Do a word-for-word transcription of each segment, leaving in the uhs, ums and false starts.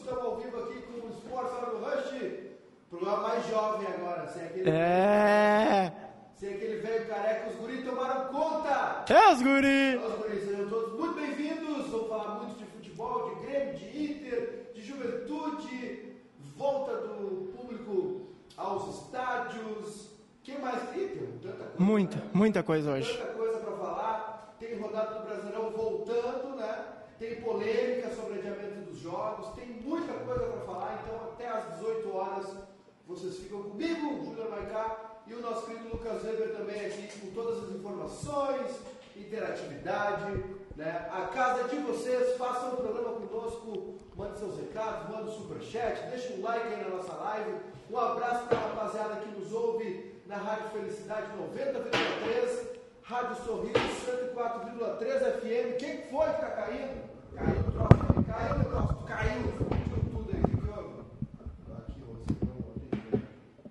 estamos ao vivo aqui com o Esporte Hora do Rush, programa mais jovem agora, sem aquele... É... Sem aquele velho careca, os guris tomaram conta! É, os guris! Os guris, sejam todos muito bem-vindos, vamos falar muito de futebol, de Grêmio, de Inter, de Juventude, volta do público aos estádios, que mais? Ih, tem tanta coisa. Muita, né? muita coisa hoje. Tanta coisa para falar, tem rodada do Brasileirão voltando, né? Tem polêmica sobre adiamento dos jogos, tem muita coisa para falar, então até às dezoito horas vocês ficam comigo, Júnior Maicá, e o nosso querido Lucas Weber também aqui com todas as informações, interatividade, né? A casa é de vocês, façam um programa conosco, mande seus recados, mande um superchat, deixa um like aí na nossa live, um abraço para a rapaziada que nos ouve na Rádio Felicidade noventa vírgula três, Rádio Sorriso cento e quatro vírgula três F M. Quem foi que tá caindo? Caiu o troço, caiu o troço, caiu, fundiu tudo aí, que que houve? Aqui, você não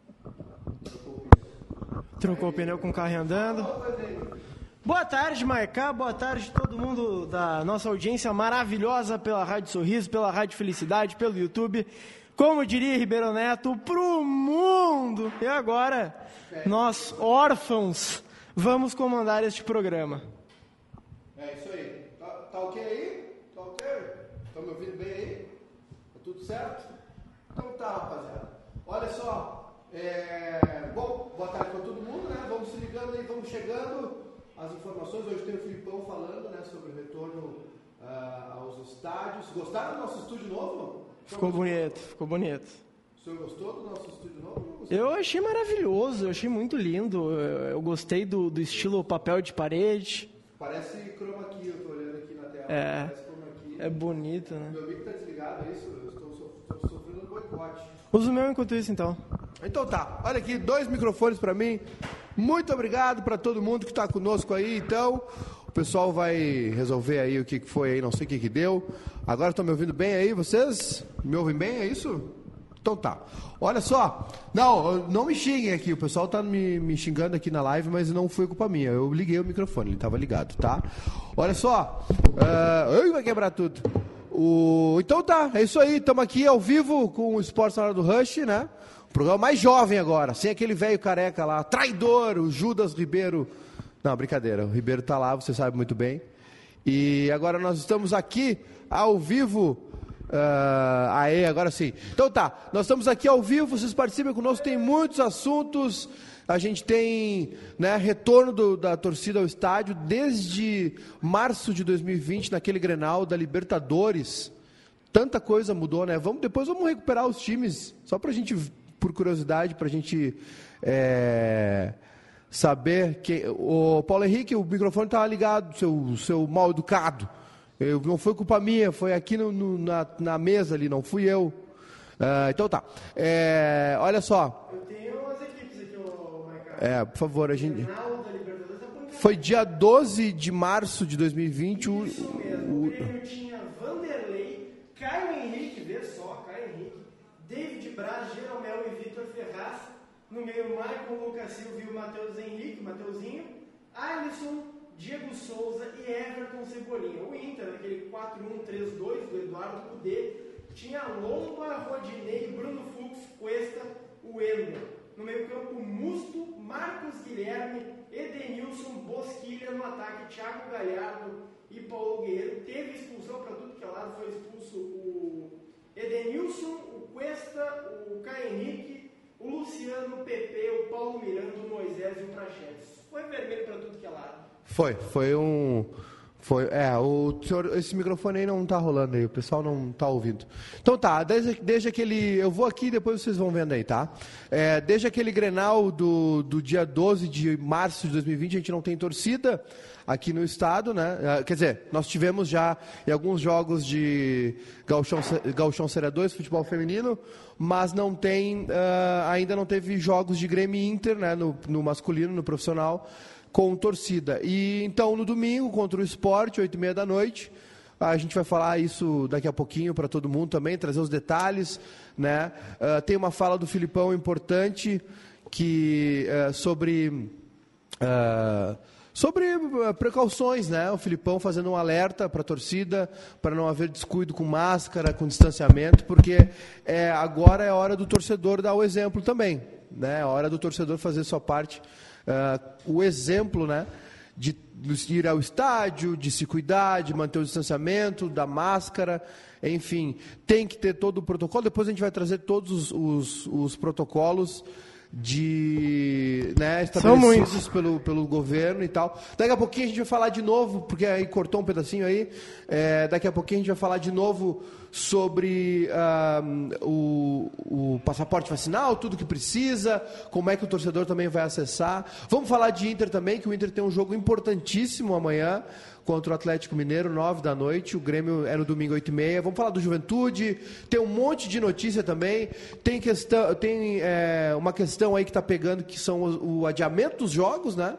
trocou o pneu. Trocou o pneu com o carro andando. Boa tarde, Maicá, boa tarde todo mundo da nossa audiência maravilhosa pela Rádio Sorriso, pela Rádio Felicidade, pelo YouTube. Como diria Ribeiro Neto, pro mundo! E agora, nós, órfãos, vamos comandar este programa. É isso aí. Tá, tá ok aí? Tá ok? Estão me ouvindo bem aí? Tá tudo certo? Então tá, rapaziada. Olha só. É... Bom, boa tarde para todo mundo, né? Vamos se ligando aí, vamos chegando. As informações. Hoje tem o Filipão falando, né, sobre o retorno uh, aos estádios. Gostaram do nosso estúdio novo? Ficou bonito, ficou bonito. O senhor gostou do nosso estúdio novo? Eu achei maravilhoso, eu achei muito lindo. Eu, eu gostei do, do estilo papel de parede. Parece chroma key, eu tô olhando aqui na tela. É, Parece chroma key. É bonito, né? Meu amigo tá desligado, é isso? Eu estou, so, estou sofrendo um boicote. Usa o meu enquanto isso, então. Então tá, olha aqui, dois microfones para mim. Muito obrigado para todo mundo que está conosco aí. Então, o pessoal vai resolver aí o que foi aí, não sei o que que deu. Agora estão me ouvindo bem aí, vocês? Me ouvem bem, é isso? Então tá. Olha só, não, não me xinguem aqui, o pessoal tá me, me xingando aqui na live, mas não foi culpa minha. Eu liguei o microfone, ele estava ligado, tá? Olha só, uh, vai quebrar tudo. O, então tá, é isso aí, estamos aqui ao vivo com o Esporte na Hora do Rush, né? O programa mais jovem agora, sem aquele velho careca lá, traidor, o Judas Ribeiro. Não, brincadeira, o Ribeiro tá lá, você sabe muito bem. E agora nós estamos aqui ao vivo. Uh, aê, agora sim. Então tá, nós estamos aqui ao vivo, vocês participam conosco, tem muitos assuntos. A gente tem, né, retorno do, da torcida ao estádio desde março de dois mil e vinte, naquele Grenal da Libertadores. Tanta coisa mudou, né? Vamos, depois vamos recuperar os times, só pra gente, por curiosidade, pra gente é, saber que... O Paulo Henrique, o microfone estava ligado, seu, seu mal educado. Eu, não foi culpa minha, foi aqui no, no, na, na mesa ali, não fui eu. Uh, então tá. É, olha só. Eu tenho as equipes aqui, ô Maicá. É, por favor, a gente... Final da Libertadores é Foi dia doze de março de dois mil e vinte. Isso o, mesmo. o... O Grêmio tinha Vanderlei, Caio Henrique, vê só, Caio Henrique, David Braz, Jeromel e Vitor Ferraz. No meio, Michael, Lucas Silva e o Matheus Henrique, Mateuzinho, Alisson, Diego Souza e Everton Cebolinha. O Inter, naquele quatro um três dois do Eduardo Cudê, tinha Lomba, Rodinei, Bruno Fux, Cuesta, Wendel. No meio campo, Musto, Marcos Guilherme, Edenilson, Bosquilha. No ataque, Thiago Galhardo e Paulo Guerreiro. Teve expulsão para tudo que é lado, foi expulso o Edenilson, o Cuesta, o Caio Henrique, o Luciano, o Pepe, o Paulo Miranda, o Moisés e o Praxedes. Foi vermelho para tudo que é lado. Foi, foi um... Foi, é, o senhor, esse microfone aí não tá rolando aí, o pessoal não tá ouvindo. Então tá, desde, desde aquele... Eu vou aqui e depois vocês vão vendo aí, tá? É, desde aquele Grenal do, do dia doze de março de dois mil e vinte, a gente não tem torcida aqui no estado, né? Quer dizer, nós tivemos já em alguns jogos de Gauchão, Gauchão Série dois, futebol feminino, mas não tem, uh, ainda não teve jogos de Grêmio e Inter, né? No, no masculino, no profissional, com torcida. E então no domingo contra o Sport, oito e meia da noite, a gente vai falar isso daqui a pouquinho para todo mundo também, trazer os detalhes, né? Uh, tem uma fala do Filipão importante que uh, sobre uh, Sobre precauções, né? O Filipão fazendo um alerta para a torcida, para não haver descuido com máscara, com distanciamento, porque é, agora é a hora do torcedor dar o exemplo também, né? É a hora do torcedor fazer sua parte. Uh, o exemplo, né? De ir ao estádio, de se cuidar, de manter o distanciamento, da máscara, enfim, tem que ter todo o protocolo. Depois a gente vai trazer todos os, os, os protocolos de, né, estabelecidos pelo, pelo governo e tal. Daqui a pouquinho a gente vai falar de novo, porque aí cortou um pedacinho aí, é, daqui a pouquinho a gente vai falar de novo sobre uh, o, o passaporte vacinal, tudo que precisa, como é que o torcedor também vai acessar. Vamos falar de Inter também, que o Inter tem um jogo importantíssimo amanhã contra o Atlético Mineiro, nove da noite, o Grêmio é no domingo, oito e meia. Vamos falar do Juventude, tem um monte de notícia também, tem, questão, tem é, uma questão aí que está pegando, que são o, o adiamento dos jogos, né?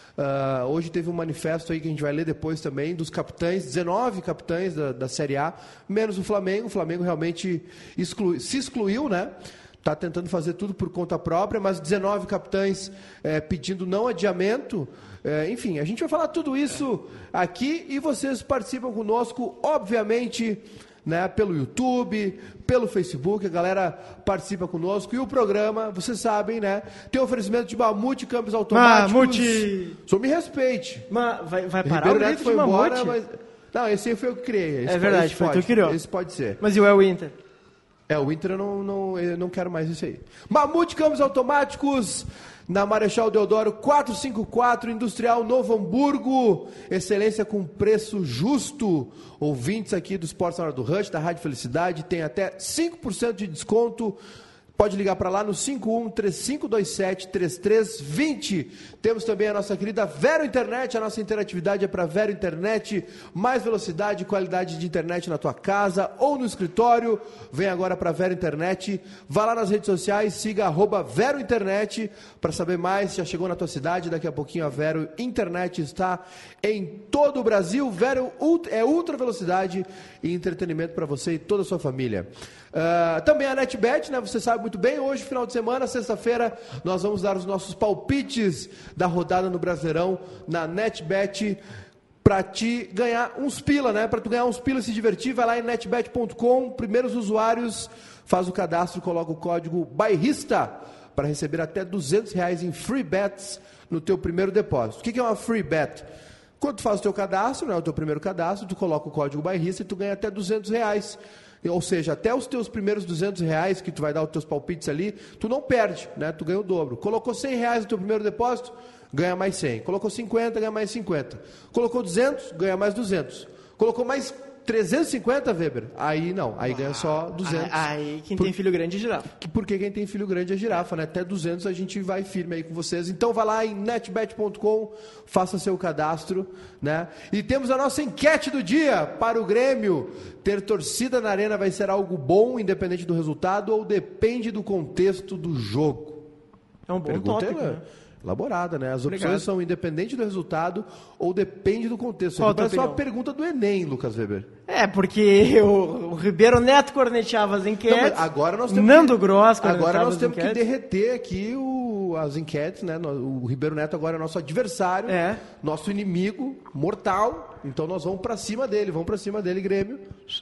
Uh, hoje teve um manifesto aí que a gente vai ler depois também, dos capitães, dezenove capitães da, da Série A, menos o Flamengo. O Flamengo realmente exclui, se excluiu, né? Está tentando fazer tudo por conta própria, mas dezenove capitães é, pedindo não adiamento. É, enfim, a gente vai falar tudo isso aqui e vocês participam conosco, obviamente, né, pelo YouTube, pelo Facebook, a galera participa conosco. E o programa, vocês sabem, né, tem oferecimento de Mamute Câmbios Automáticos. Mamute! Só me respeite. Ma, vai, vai parar Ribeiro o Neto grito foi de embora, Mamute? mas... Não, esse aí foi eu que criei. Esse é verdade, esse foi pode, tu que criou. Esse pode ser. Mas e o El Inter? É, o Inter eu não, não, eu não quero mais isso aí. Mamute Câmbios Automáticos, na Marechal Deodoro quatrocentos e cinquenta e quatro, Industrial Novo Hamburgo. Excelência com preço justo. Ouvintes aqui do Esportes na Hora do Rush, da Rádio Felicidade, tem até cinco por cento de desconto. Pode ligar para lá no cinco um três cinco dois sete três três dois zero. Temos também a nossa querida Vero Internet. A nossa interatividade é para Vero Internet. Mais velocidade e qualidade de internet na tua casa ou no escritório. Vem agora para Vero Internet. Vá lá nas redes sociais, siga arroba Vero Internet para saber mais. Já chegou na tua cidade, daqui a pouquinho a Vero Internet está em todo o Brasil. Vero é ultra velocidade e entretenimento para você e toda a sua família. Uh, também a NetBet, né? Você sabe muito bem, hoje, final de semana, sexta-feira, nós vamos dar os nossos palpites da rodada no Brasileirão na NetBet para te ganhar uns pila, né? Para tu ganhar uns pila e se divertir, vai lá em netbet ponto com, primeiros usuários, faz o cadastro, coloca o código bairrista para receber até duzentos reais em free bets no teu primeiro depósito. O que é uma free bet? Quando tu faz o teu cadastro, né, o teu primeiro cadastro, tu coloca o código bairrista e tu ganha até duzentos reais. Ou seja, até os teus primeiros duzentos reais que tu vai dar os teus palpites ali, tu não perde, né? Tu ganha o dobro. Colocou cem reais no teu primeiro depósito, ganha mais cem. Colocou cinquenta, ganha mais cinquenta. Colocou duzentos, ganha mais duzentos. Colocou mais trezentos e cinquenta, Weber? Aí não, aí ah, ganha só duzentos. Aí quem Por... tem filho grande é girafa. Porque quem tem filho grande é girafa, né? Até duzentos a gente vai firme aí com vocês. Então vai lá em netbet ponto com, faça seu cadastro, né? E temos a nossa enquete do dia para o Grêmio. Ter torcida na arena vai ser algo bom, independente do resultado, ou depende do contexto do jogo? É um bom tópico, é... né? Elaborada, né? As Obrigado. opções são independente do resultado ou depende do contexto. Qual Parece uma pergunta do Enem, Lucas Weber. É, porque o, o Ribeiro Neto corneteava as enquetes. Não, agora nós temos Nando que, Gross Agora nós temos enquetes. que derreter aqui o, as enquetes, né? O Ribeiro Neto agora é nosso adversário, é. nosso inimigo mortal. Então nós vamos pra cima dele, vamos pra cima dele, Grêmio.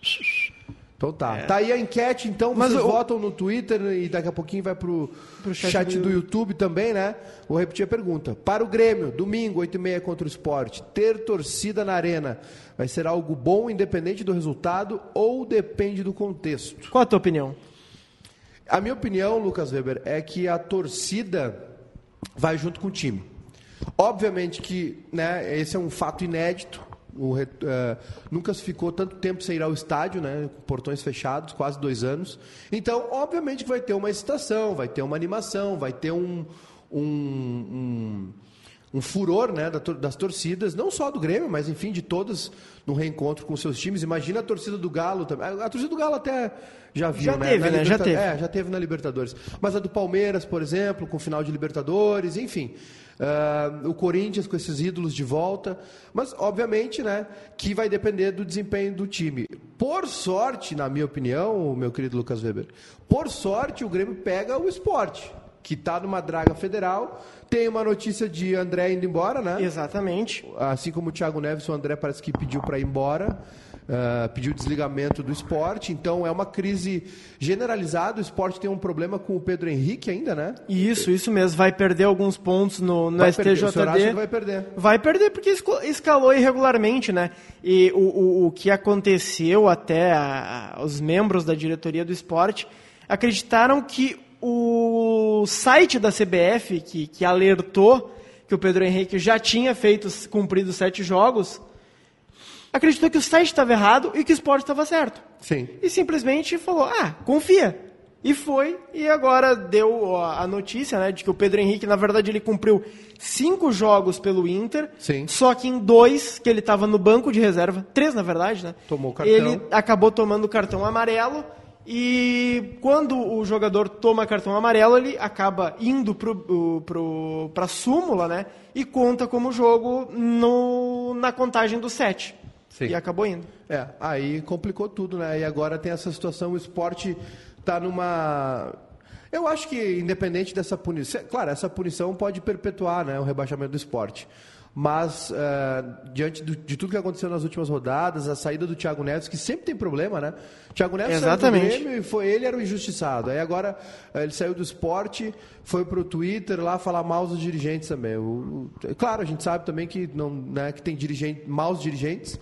Então tá. É. Tá aí a enquete, então Mas vocês o... votam no Twitter e daqui a pouquinho vai pro, pro chat, chat do... do YouTube também, né? Vou repetir a pergunta. Para o Grêmio, domingo, oito e meia contra o Sport, ter torcida na arena vai ser algo bom, independente do resultado ou depende do contexto? Qual a tua opinião? A minha opinião, Lucas Weber, é que a torcida vai junto com o time. Obviamente que, né, esse é um fato inédito. O, uh, nunca se ficou tanto tempo sem ir ao estádio, né, com portões fechados, quase dois anos. Então, obviamente que vai ter uma excitação, vai ter uma animação, vai ter um, um, um, um furor, né, das torcidas, não só do Grêmio, mas enfim, de todas no reencontro com seus times. Imagina a torcida do Galo também. A torcida do Galo até já viu, já né? Teve, na né? Já teve, É, já teve na Libertadores. Mas a do Palmeiras, por exemplo, com o final de Libertadores, enfim... Uh, o Corinthians com esses ídolos de volta, mas obviamente, né, que vai depender do desempenho do time. Por sorte, na minha opinião, meu querido Lucas Weber, por sorte o Grêmio pega o Sport, que está numa draga federal. Tem uma notícia de André indo embora, né? Exatamente. Assim como o Thiago Neves, o André parece que pediu para ir embora. Uh, pediu desligamento do esporte, então é uma crise generalizada. O esporte tem um problema com o Pedro Henrique ainda, né? Isso, isso mesmo. Vai perder alguns pontos no, no vai S T J D. Perder. O senhor acha que vai perder? Vai perder porque escalou irregularmente, né? E o, o, o que aconteceu até a, a, os membros da diretoria do esporte acreditaram que o site da C B F, que, que alertou que o Pedro Henrique já tinha feito, cumprido sete jogos, acreditou que o site estava errado e que o esporte estava certo. Sim. E simplesmente falou, ah, confia. E foi, e agora deu a notícia, né, de que o Pedro Henrique, na verdade, ele cumpriu cinco jogos pelo Inter, Sim. Só que em dois, que ele estava no banco de reserva, três, na verdade, né? Tomou o cartão. Ele acabou tomando o cartão amarelo, e quando o jogador toma cartão amarelo, ele acaba indo para pro, pro, a súmula, né, e conta como jogo no, na contagem do sete. Sim. E acabou indo. É, aí complicou tudo, né? E agora tem essa situação, o esporte está numa... Eu acho que, independente dessa punição... Claro, essa punição pode perpetuar, né, o rebaixamento do esporte. Mas, uh, diante do, de tudo que aconteceu nas últimas rodadas, a saída do Thiago Neves, que sempre tem problema, né? O Thiago Neves Exatamente. saiu do Grêmio e foi, ele era o injustiçado. Aí agora uh, ele saiu do esporte, foi pro Twitter lá falar mal dos dirigentes também. O, o, claro, a gente sabe também que, não, né, que tem dirigente, maus dirigentes,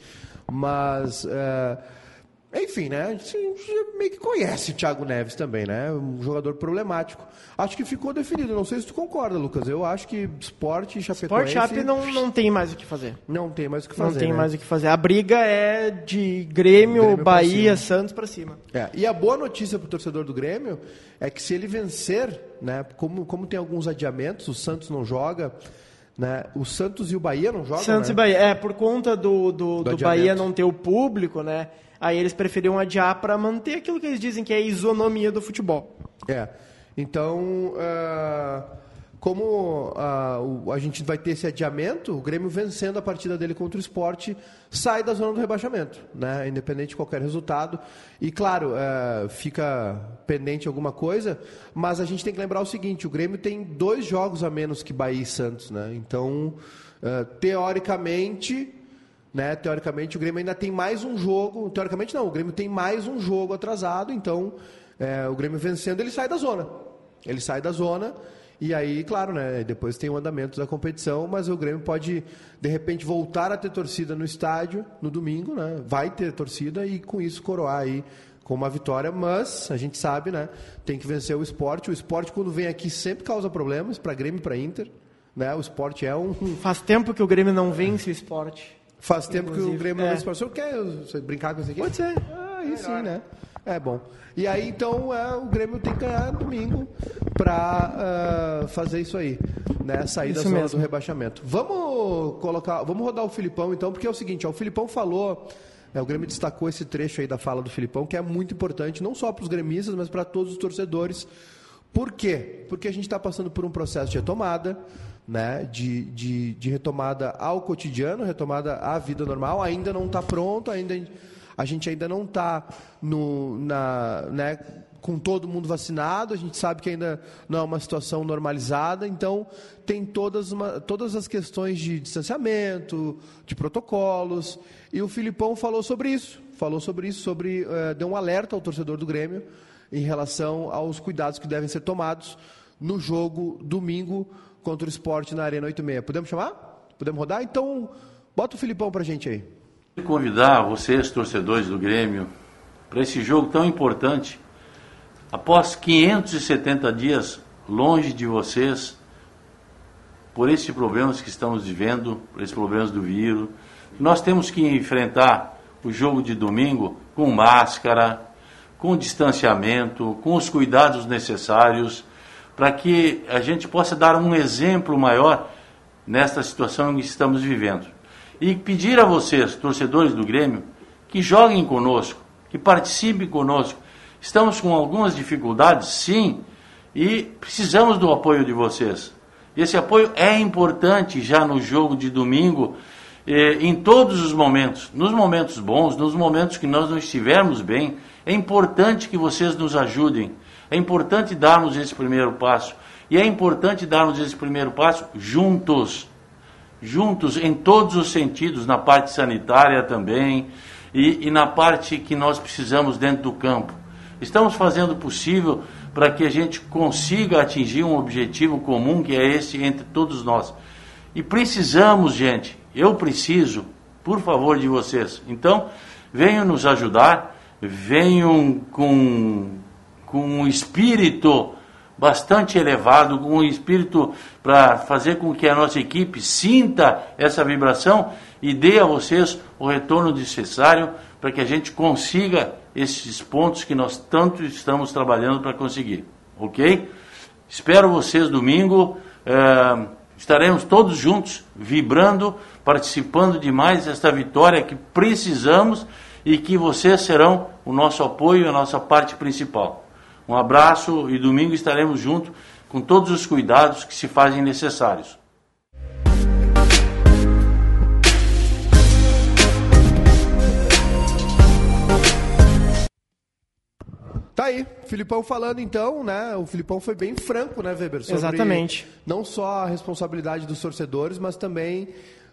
mas... Uh, Enfim, né? A gente meio que conhece o Thiago Neves também, né? Um jogador problemático. Acho que ficou definido. Não sei se tu concorda, Lucas. Eu acho que Sport e Chapecoense... Sport Chape não, não tem mais o que fazer. Não tem mais o que fazer, Não tem né? mais o que fazer. A briga é de Grêmio, Grêmio Bahia, Santos pra cima. É. E a boa notícia pro torcedor do Grêmio é que se ele vencer, né? Como, como tem alguns adiamentos, o Santos não joga... Né? O Santos e o Bahia não jogam, Santos né? e Bahia. É, por conta do, do, do, do Bahia não ter o público, né? Aí eles preferiam adiar para manter aquilo que eles dizem que é a isonomia do futebol. É. Então, uh, como uh, a gente vai ter esse adiamento, o Grêmio vencendo a partida dele contra o Sport sai da zona do rebaixamento, né? Independente de qualquer resultado. E, claro, uh, fica pendente alguma coisa, mas a gente tem que lembrar o seguinte, o Grêmio tem dois jogos a menos que Bahia e Santos, né? Então, uh, teoricamente... Né? Teoricamente o Grêmio ainda tem mais um jogo, teoricamente não, o Grêmio tem mais um jogo atrasado, então é, o Grêmio vencendo ele sai da zona, ele sai da zona e aí, claro, né, depois tem o andamento da competição, mas o Grêmio pode de repente voltar a ter torcida no estádio no domingo, né? Vai ter torcida e com isso coroar aí com uma vitória, mas a gente sabe, né, tem que vencer o Sport, o Sport quando vem aqui sempre causa problemas para Grêmio e para Inter, né? O Sport é um... Faz tempo que o Grêmio não vence o Sport. Faz tempo Inclusive, que o Grêmio é. não vence. O senhor quer brincar com isso aqui? Pode ser. Ah, aí sim, né? É bom. E aí, então, é, o Grêmio tem que ganhar domingo para uh, fazer isso aí, né? Sair isso da zona mesmo. do rebaixamento. Vamos colocar, vamos rodar o Filipão, então, porque é o seguinte, ó, o Filipão falou, é, o Grêmio destacou esse trecho aí da fala do Filipão, que é muito importante, não só para os gremistas, mas para todos os torcedores. Por quê? Porque a gente está passando por um processo de retomada, né, de, de, de retomada ao cotidiano, retomada à vida normal, ainda não está pronto, ainda, a gente ainda não está né, com todo mundo vacinado, a gente sabe que ainda não é uma situação normalizada, então tem todas, uma, todas as questões de distanciamento, de protocolos, e o Filipão falou sobre isso, falou sobre isso, sobre, uh, deu um alerta ao torcedor do Grêmio em relação aos cuidados que devem ser tomados no jogo domingo contra o Sport na Arena oito e meia. Podemos chamar? Podemos rodar? Então, bota o Filipão pra gente aí. Convidar vocês, torcedores do Grêmio, para esse jogo tão importante. Após quinhentos e setenta dias longe de vocês, por esses problemas que estamos vivendo, por esses problemas do vírus, nós temos que enfrentar o jogo de domingo com máscara, com distanciamento, com os cuidados necessários, para que a gente possa dar um exemplo maior nesta situação que estamos vivendo. E pedir a vocês, torcedores do Grêmio, que joguem conosco, que participem conosco. Estamos com algumas dificuldades, sim, e precisamos do apoio de vocês. Esse apoio é importante já no jogo de domingo, eh, em todos os momentos, nos momentos bons, nos momentos que nós não estivermos bem, é importante que vocês nos ajudem. É importante darmos esse primeiro passo. E é importante darmos esse primeiro passo juntos, juntos em todos os sentidos, na parte sanitária também, e, e na parte que nós precisamos dentro do campo. Estamos fazendo o possível para que a gente consiga atingir um objetivo comum, que é esse entre todos nós. E precisamos, gente, eu preciso, por favor, de vocês. Então, venham nos ajudar, venham com, com um espírito bastante elevado, com um espírito para fazer com que a nossa equipe sinta essa vibração e dê a vocês o retorno necessário para que a gente consiga esses pontos que nós tanto estamos trabalhando para conseguir, ok? Espero vocês domingo, é, estaremos todos juntos, vibrando, participando de mais esta vitória que precisamos e que vocês serão o nosso apoio e a nossa parte principal. Um abraço e domingo estaremos juntos com todos os cuidados que se fazem necessários. Tá aí, Filipão falando então, né? O Filipão foi bem franco, né, Weber? Sobre Exatamente. Não só a responsabilidade dos torcedores, mas também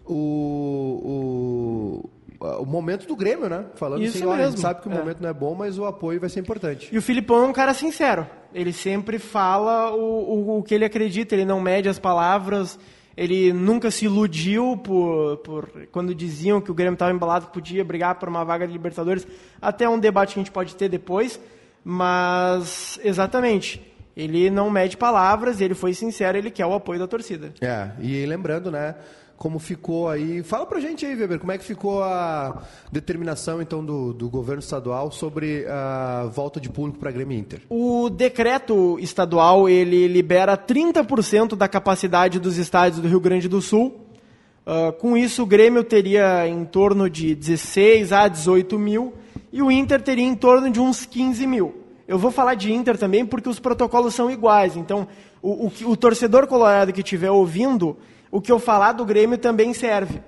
o, o, o momento do Grêmio, né? Falando Isso assim, olha, a gente mesmo. sabe que o É. momento não é bom, mas o apoio vai ser importante. E o Filipão é um cara sincero. Ele sempre fala o, o, o que ele acredita, ele não mede as palavras, ele nunca se iludiu por, por quando diziam que o Grêmio estava embalado, que podia brigar por uma vaga de Libertadores. Até um debate que a gente pode ter depois, mas exatamente, ele não mede palavras, ele foi sincero, ele quer o apoio da torcida. É, e lembrando, né, como ficou aí... Fala pra gente aí, Weber, como é que ficou a determinação, então, do, do governo estadual sobre a volta de público para Grêmio e Inter? O decreto estadual, ele libera trinta por cento da capacidade dos estádios do Rio Grande do Sul. Uh, com isso, o Grêmio teria em torno de dezesseis a dezoito mil e o Inter teria em torno de uns quinze mil. Eu vou falar de Inter também porque os protocolos são iguais. Então, o, o, o torcedor colorado que estiver ouvindo, o que eu falar do Grêmio também serve.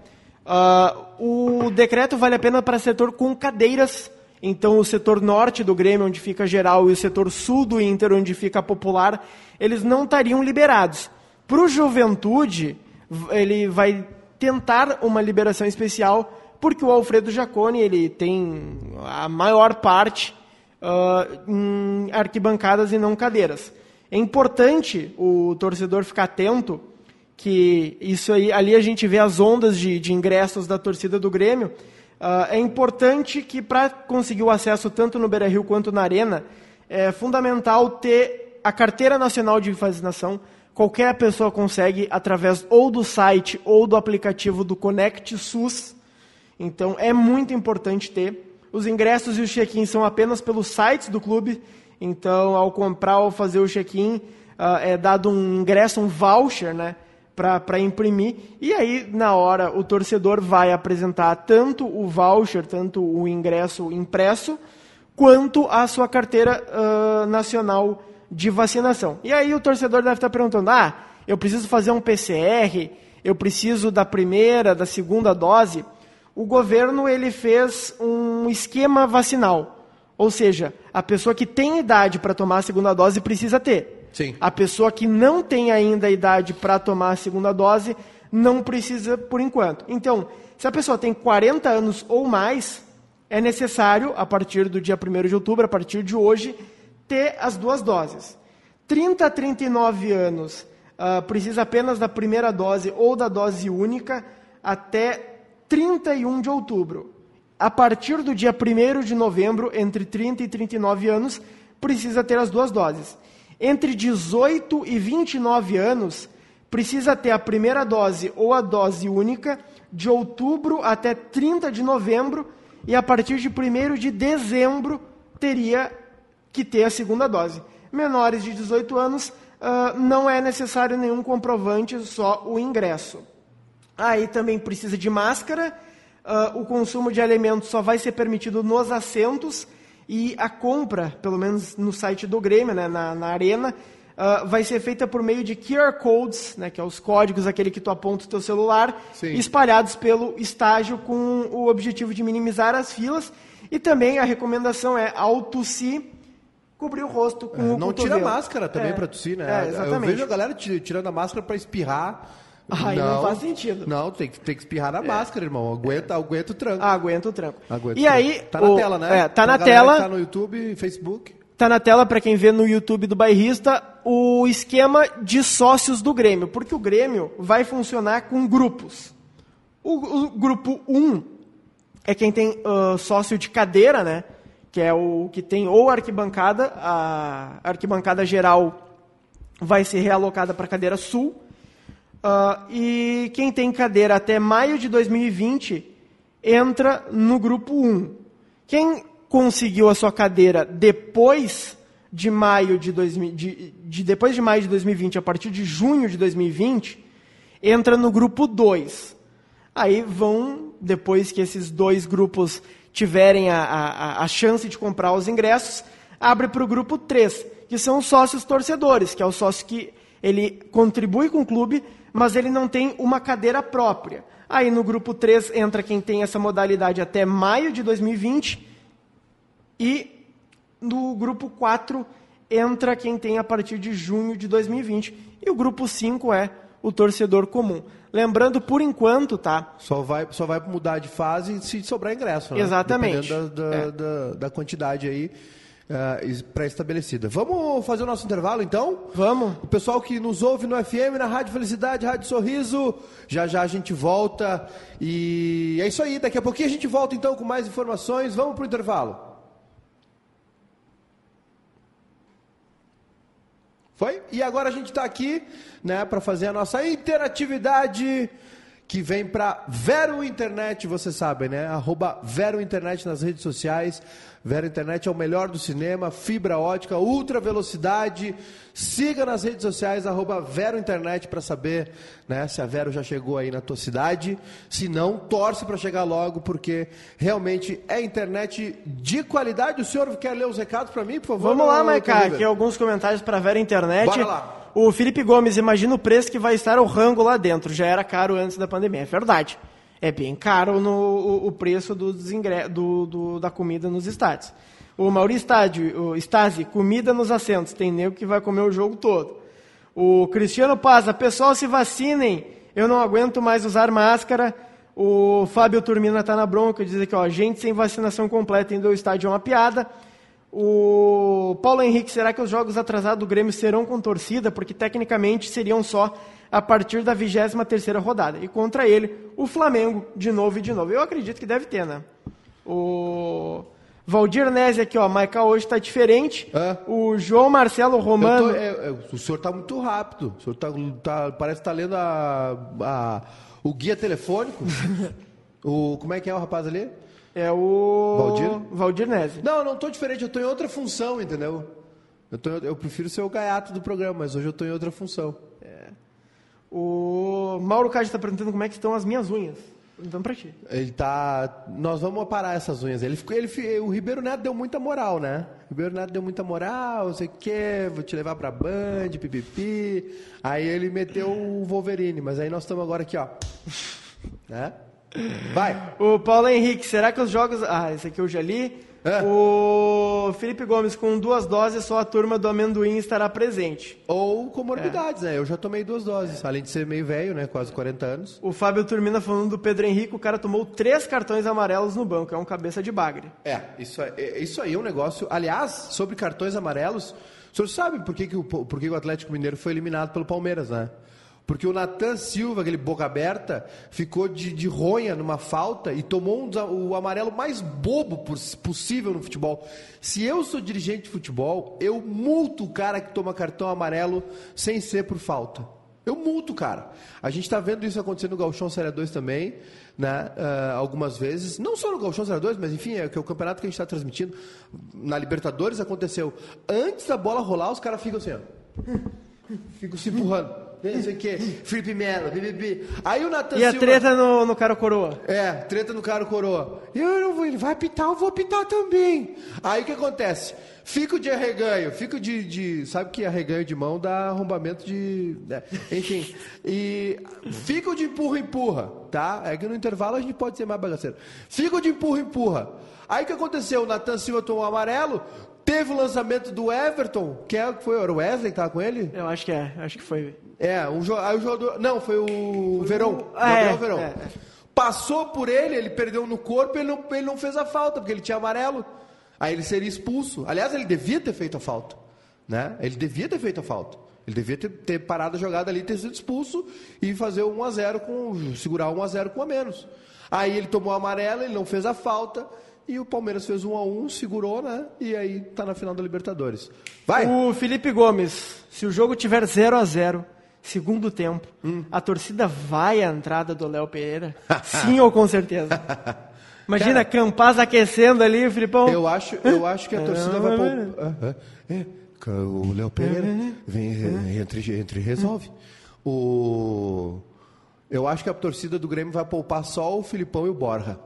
Uh, o decreto vale a pena para setor com cadeiras. Então, o setor norte do Grêmio, onde fica geral, e o setor sul do Inter, onde fica popular, eles não estariam liberados. Para o Juventude, ele vai tentar uma liberação especial, porque o Alfredo Jaconi, ele tem a maior parte uh, em arquibancadas e não cadeiras. É importante o torcedor ficar atento, que isso aí, ali a gente vê as ondas de, de ingressos da torcida do Grêmio. Uh, é importante que, para conseguir o acesso tanto no Beira-Rio quanto na Arena, é fundamental ter a carteira nacional de vacinação. Qualquer pessoa consegue através ou do site ou do aplicativo do Conect SUS. Então, é muito importante ter. Os ingressos e o check-in são apenas pelos sites do clube. Então, ao comprar ou fazer o check-in, uh, é dado um ingresso, um voucher, né, para imprimir. E aí, na hora, o torcedor vai apresentar tanto o voucher, tanto o ingresso impresso, quanto a sua carteira uh, nacional de vacinação. E aí o torcedor deve estar perguntando, ah, eu preciso fazer um P C R, eu preciso da primeira, da segunda dose. O governo ele fez um esquema vacinal, ou seja, a pessoa que tem idade para tomar a segunda dose precisa ter. Sim. A pessoa que não tem ainda a idade para tomar a segunda dose não precisa por enquanto. Então, se a pessoa tem quarenta anos ou mais, é necessário, a partir do dia primeiro de outubro, a partir de hoje, ter as duas doses. trinta a trinta e nove anos uh, precisa apenas da primeira dose ou da dose única até trinta e um de outubro. A partir do dia primeiro de novembro, entre trinta e trinta e nove anos, precisa ter as duas doses. Entre dezoito e vinte e nove anos, precisa ter a primeira dose ou a dose única de outubro até trinta de novembro e a partir de primeiro de dezembro teria que ter a segunda dose. Menores de dezoito anos, uh, não é necessário nenhum comprovante, só o ingresso. Aí também precisa de máscara, uh, o consumo de alimentos só vai ser permitido nos assentos e a compra, pelo menos no site do Grêmio, né, na, na Arena, uh, vai ser feita por meio de Q R Codes, né, que é os códigos, aquele que tu aponta o teu celular, Sim. espalhados pelo estágio com o objetivo de minimizar as filas. E também a recomendação é ao tossir, cobrir o rosto com É, o não cotovelo. tira a máscara também É. pra tossir, né? É, exatamente. Eu vejo a galera tirando a máscara pra espirrar. Aí não faz sentido. Não, tem que, tem que espirrar na máscara, irmão. Aguenta, aguenta o tranco. Ah, aguenta o tranco. Aguenta e o tranco. aí... Tá na o- tela, né? É, tá na Pra galera tela. que tá no YouTube, Facebook. Tá na tela para quem vê no YouTube do Bairrista o esquema de sócios do Grêmio, porque o Grêmio vai funcionar com grupos. O, o grupo um é quem tem uh, sócio de cadeira, né? Que é o que tem ou arquibancada, a arquibancada geral vai ser realocada para a cadeira sul. Uh, e quem tem cadeira até maio de dois mil e vinte entra no grupo um. Quem conseguiu a sua cadeira depois de maio de, dois mil, de, de depois de maio de dois mil e vinte, a partir de junho de dois mil e vinte, entra no grupo dois. Aí vão, depois que esses dois grupos tiverem a, a, a chance de comprar os ingressos, abre para o grupo três, que são os sócios torcedores, que é o sócio que ele contribui com o clube, mas ele não tem uma cadeira própria. Aí no grupo três entra quem tem essa modalidade até maio de dois mil e vinte, e no grupo quatro entra quem tem a partir de junho de dois mil e vinte. E o grupo cinco é o torcedor comum. Lembrando, por enquanto, tá? Só vai, só vai mudar de fase se sobrar ingresso, né? Exatamente. Dependendo da, da, É. da, da quantidade aí uh, pré-estabelecida. Vamos fazer o nosso intervalo, então? Vamos. O pessoal que nos ouve no F M, na Rádio Felicidade, Rádio Sorriso, já já a gente volta. E é isso aí, daqui a pouquinho a gente volta, então, com mais informações. Vamos pro intervalo. Foi? E agora a gente está aqui, né, para fazer a nossa interatividade, que vem para Vero Internet, você sabe, né? Arroba Vero Internet nas redes sociais. Vero Internet é o melhor do cinema, fibra ótica, ultra velocidade. Siga nas redes sociais, arroba Vero Internet, para saber, né, se a Vero já chegou aí na tua cidade. Se não, torce para chegar logo, porque realmente é internet de qualidade. O senhor quer ler os recados para mim, por favor? Vamos lá, ô, Maiká, Caliver? aqui alguns comentários para a Vera Internet. Bora lá. O Felipe Gomes, imagina o preço que vai estar o rango lá dentro. Já era caro antes da pandemia. É verdade. É bem caro no, o, o preço dos ingre... do, do, da comida nos estádios. O Maurício Estádio, o Stasi, comida nos assentos. Tem nego que vai comer o jogo todo. O Cristiano Paza, pessoal, se vacinem. Eu não aguento mais usar máscara. O Fábio Turmina está na bronca, diz aqui, ó, gente sem vacinação completa indo ao estádio é uma piada. O Paulo Henrique, será que os jogos atrasados do Grêmio serão com torcida? Porque tecnicamente seriam só a partir da vigésima terceira rodada. E contra ele, o Flamengo, de novo e de novo. Eu acredito que deve ter, né? O Valdir Nese aqui, ó, Maiká hoje está diferente. Hã? O João Marcelo Romano... Eu tô- é- é- o senhor está muito rápido. O senhor tá, tá- parece que está lendo a, a- o guia telefônico. o, como é que é o rapaz ali? É o... Valdir? Valdir Nese. Não, não estou diferente. Eu estou em outra função, entendeu? Eu, tô, eu prefiro ser o gaiato do programa, mas hoje eu estou em outra função. O Mauro Cade está perguntando como é que estão as minhas unhas. Perguntando pra ti. Ele tá. Nós vamos aparar essas unhas. Ele ficou, ele, fi- o Ribeiro Neto deu muita moral, né? O Ribeiro Neto deu muita moral, não sei o quê, vou te levar pra Band, pipipi. Aí ele meteu o Wolverine, mas aí nós estamos agora aqui, ó. Né? Vai! O Paulo Henrique, será que os jogos... Ah, esse aqui eu já li. É. O Felipe Gomes, com duas doses, só a turma do amendoim estará presente. Ou comorbidades, né? Eu já tomei duas doses, além de ser meio velho, né? Quase quarenta anos. O Fábio Turmina falando do Pedro Henrique, o cara tomou três cartões amarelos no banco, é um cabeça de bagre. É, isso, é, é- isso aí é um negócio. Aliás, sobre cartões amarelos, o senhor sabe por que, que, o, por que o Atlético Mineiro foi eliminado pelo Palmeiras, né? Porque o Natan Silva, aquele boca aberta, ficou de, de ronha numa falta e tomou um, desa- o amarelo mais bobo pos- possível no futebol. Se eu sou dirigente de futebol, eu multo o cara que toma cartão amarelo sem ser por falta. Eu multo o cara. A gente está vendo isso acontecer no Gauchão Série dois também, né? Ah, algumas vezes. Não só no Gauchão Série dois, mas enfim, é que é o campeonato que a gente está transmitindo. Na Libertadores aconteceu. Antes da bola rolar, os caras ficam assim, ó. Ficam se empurrando. Não sei o quê. Felipe Melo, bi, bi, bi. Aí o Natan E a Silva... treta no, no cara coroa? É, treta no cara coroa. Eu não vou, ele vai apitar, eu vou apitar também. Aí o que acontece? Fico de arreganho, fico de, de... Sabe que arreganho de mão dá arrombamento de... né? Enfim. E fico de empurra-empurra, tá? É que no intervalo a gente pode ser mais bagaceiro. Fico de empurra-empurra. Aí o que aconteceu? O Natan Silva tomou amarelo, Teve o lançamento do Everton, que é, foi o Wesley que tava com ele? Eu acho que é, acho que foi. É, um, aí o jogador... Não, foi o foi Verón. O... Ah, Gabriel é, Verón. É, é. Passou por ele, ele perdeu no corpo, ele não, ele não fez a falta, porque ele tinha amarelo. Aí ele seria expulso. Aliás, ele devia ter feito a falta. Né? Ele devia ter feito a falta. Ele devia ter, ter parado a jogada ali, ter sido expulso e fazer um a zero com, segurar um a zero com a menos. Aí ele tomou a amarela, ele não fez a falta e o Palmeiras fez um a um, segurou, né? E aí tá na final da Libertadores. Vai! O Felipe Gomes, se o jogo tiver zero a zero, segundo tempo, hum. a torcida vai à entrada do Léo Pereira? Sim ou com certeza? Imagina, Cara, Campaz aquecendo ali, o Filipão. Eu acho, eu acho que a torcida vai pôr... É, o Léo Pereira vem, entre, entre resolve. O... Eu acho que a torcida do Grêmio vai poupar só o Filipão e o Borja.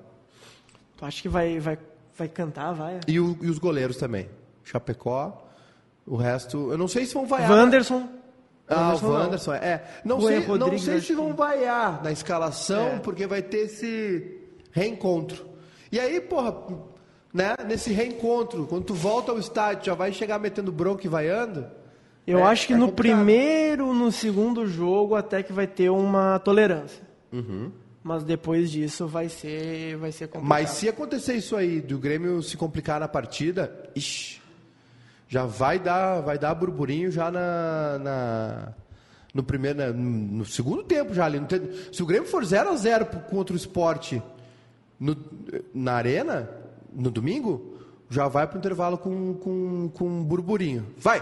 Tu acha que vai, vai, vai cantar, vai? E, o, e os goleiros também. Chapecó, o resto... Eu não sei se vão vaiar. Wanderson. Ah, o Wanderson, é. Não Ué, sei, não sei se que... vão vaiar na escalação, é. porque vai ter esse reencontro. E aí, porra, né, nesse reencontro, quando tu volta ao estádio, já vai chegar metendo bronca e vaiando? Eu é, acho que é no complicado. primeiro, no segundo jogo, até que vai ter uma tolerância. Uhum. Mas depois disso vai ser, vai ser complicado. Mas se acontecer isso aí, do Grêmio se complicar na partida, ixi, já vai dar, vai dar burburinho já na, na, no, primeiro, na, no segundo tempo já ali. Não tem, se o Grêmio for zero a zero contra o Sport no, na Arena, no domingo, já vai para o intervalo com, com, com um burburinho. Vai!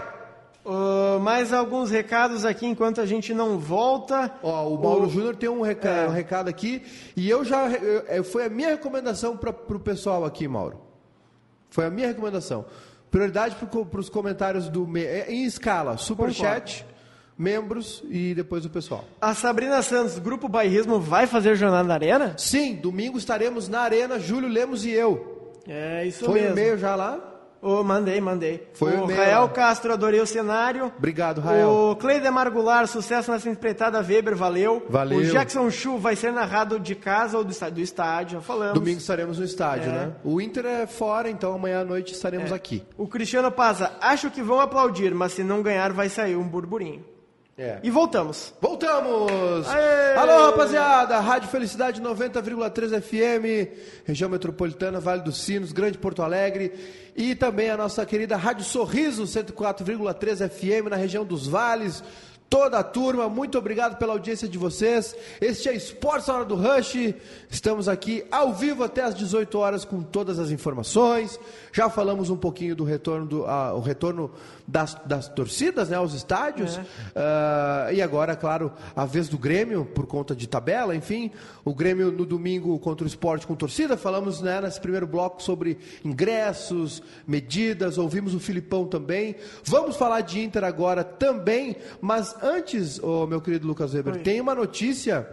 Uh, mais alguns recados aqui enquanto a gente não volta. Ó, o Mauro o... Júnior tem um recado, é. um recado aqui e eu já eu, foi a minha recomendação para o pessoal aqui, Mauro. Foi a minha recomendação. Prioridade para os comentários do em escala, superchat, membros e depois o pessoal. A Sabrina Santos, Grupo Bairrismo, vai fazer jornada na Arena? Sim, domingo estaremos na Arena, Júlio Lemos e eu. É isso Foi mesmo. Foi o e-mail já lá? Oh, mandei, mandei. Foi o o Rael Castro, adorei o cenário. Obrigado, Rael. O Cleidemar Goulart, sucesso nessa empreitada. Weber, valeu. Valeu. O Jackson Chu vai ser narrado de casa ou do estádio, do estádio já falamos. Domingo estaremos no estádio, é. né? O Inter é fora, então amanhã à noite estaremos é. aqui. O Cristiano Paza, acho que vão aplaudir, mas se não ganhar vai sair um burburinho. É. E voltamos. Voltamos! Aê! Alô, rapaziada! Rádio Felicidade noventa vírgula três F M, região metropolitana, Vale dos Sinos, Grande Porto Alegre. E também a nossa querida Rádio Sorriso, cento e quatro vírgula três F M, na região dos Vales. Toda a turma, muito obrigado pela audiência de vocês. Este é Esportes na Hora do Rush. Estamos aqui ao vivo até às dezoito horas com todas as informações. Já falamos um pouquinho do retorno, do, uh, o retorno das, das torcidas, né, aos estádios. É. Uh, e agora, claro, a vez do Grêmio, por conta de tabela, enfim. O Grêmio no domingo contra o Sport com torcida. Falamos, né, nesse primeiro bloco sobre ingressos, medidas. Ouvimos o Filipão também. Vamos falar de Inter agora também, mas antes, oh, meu querido Lucas Weber, Oi. tem uma notícia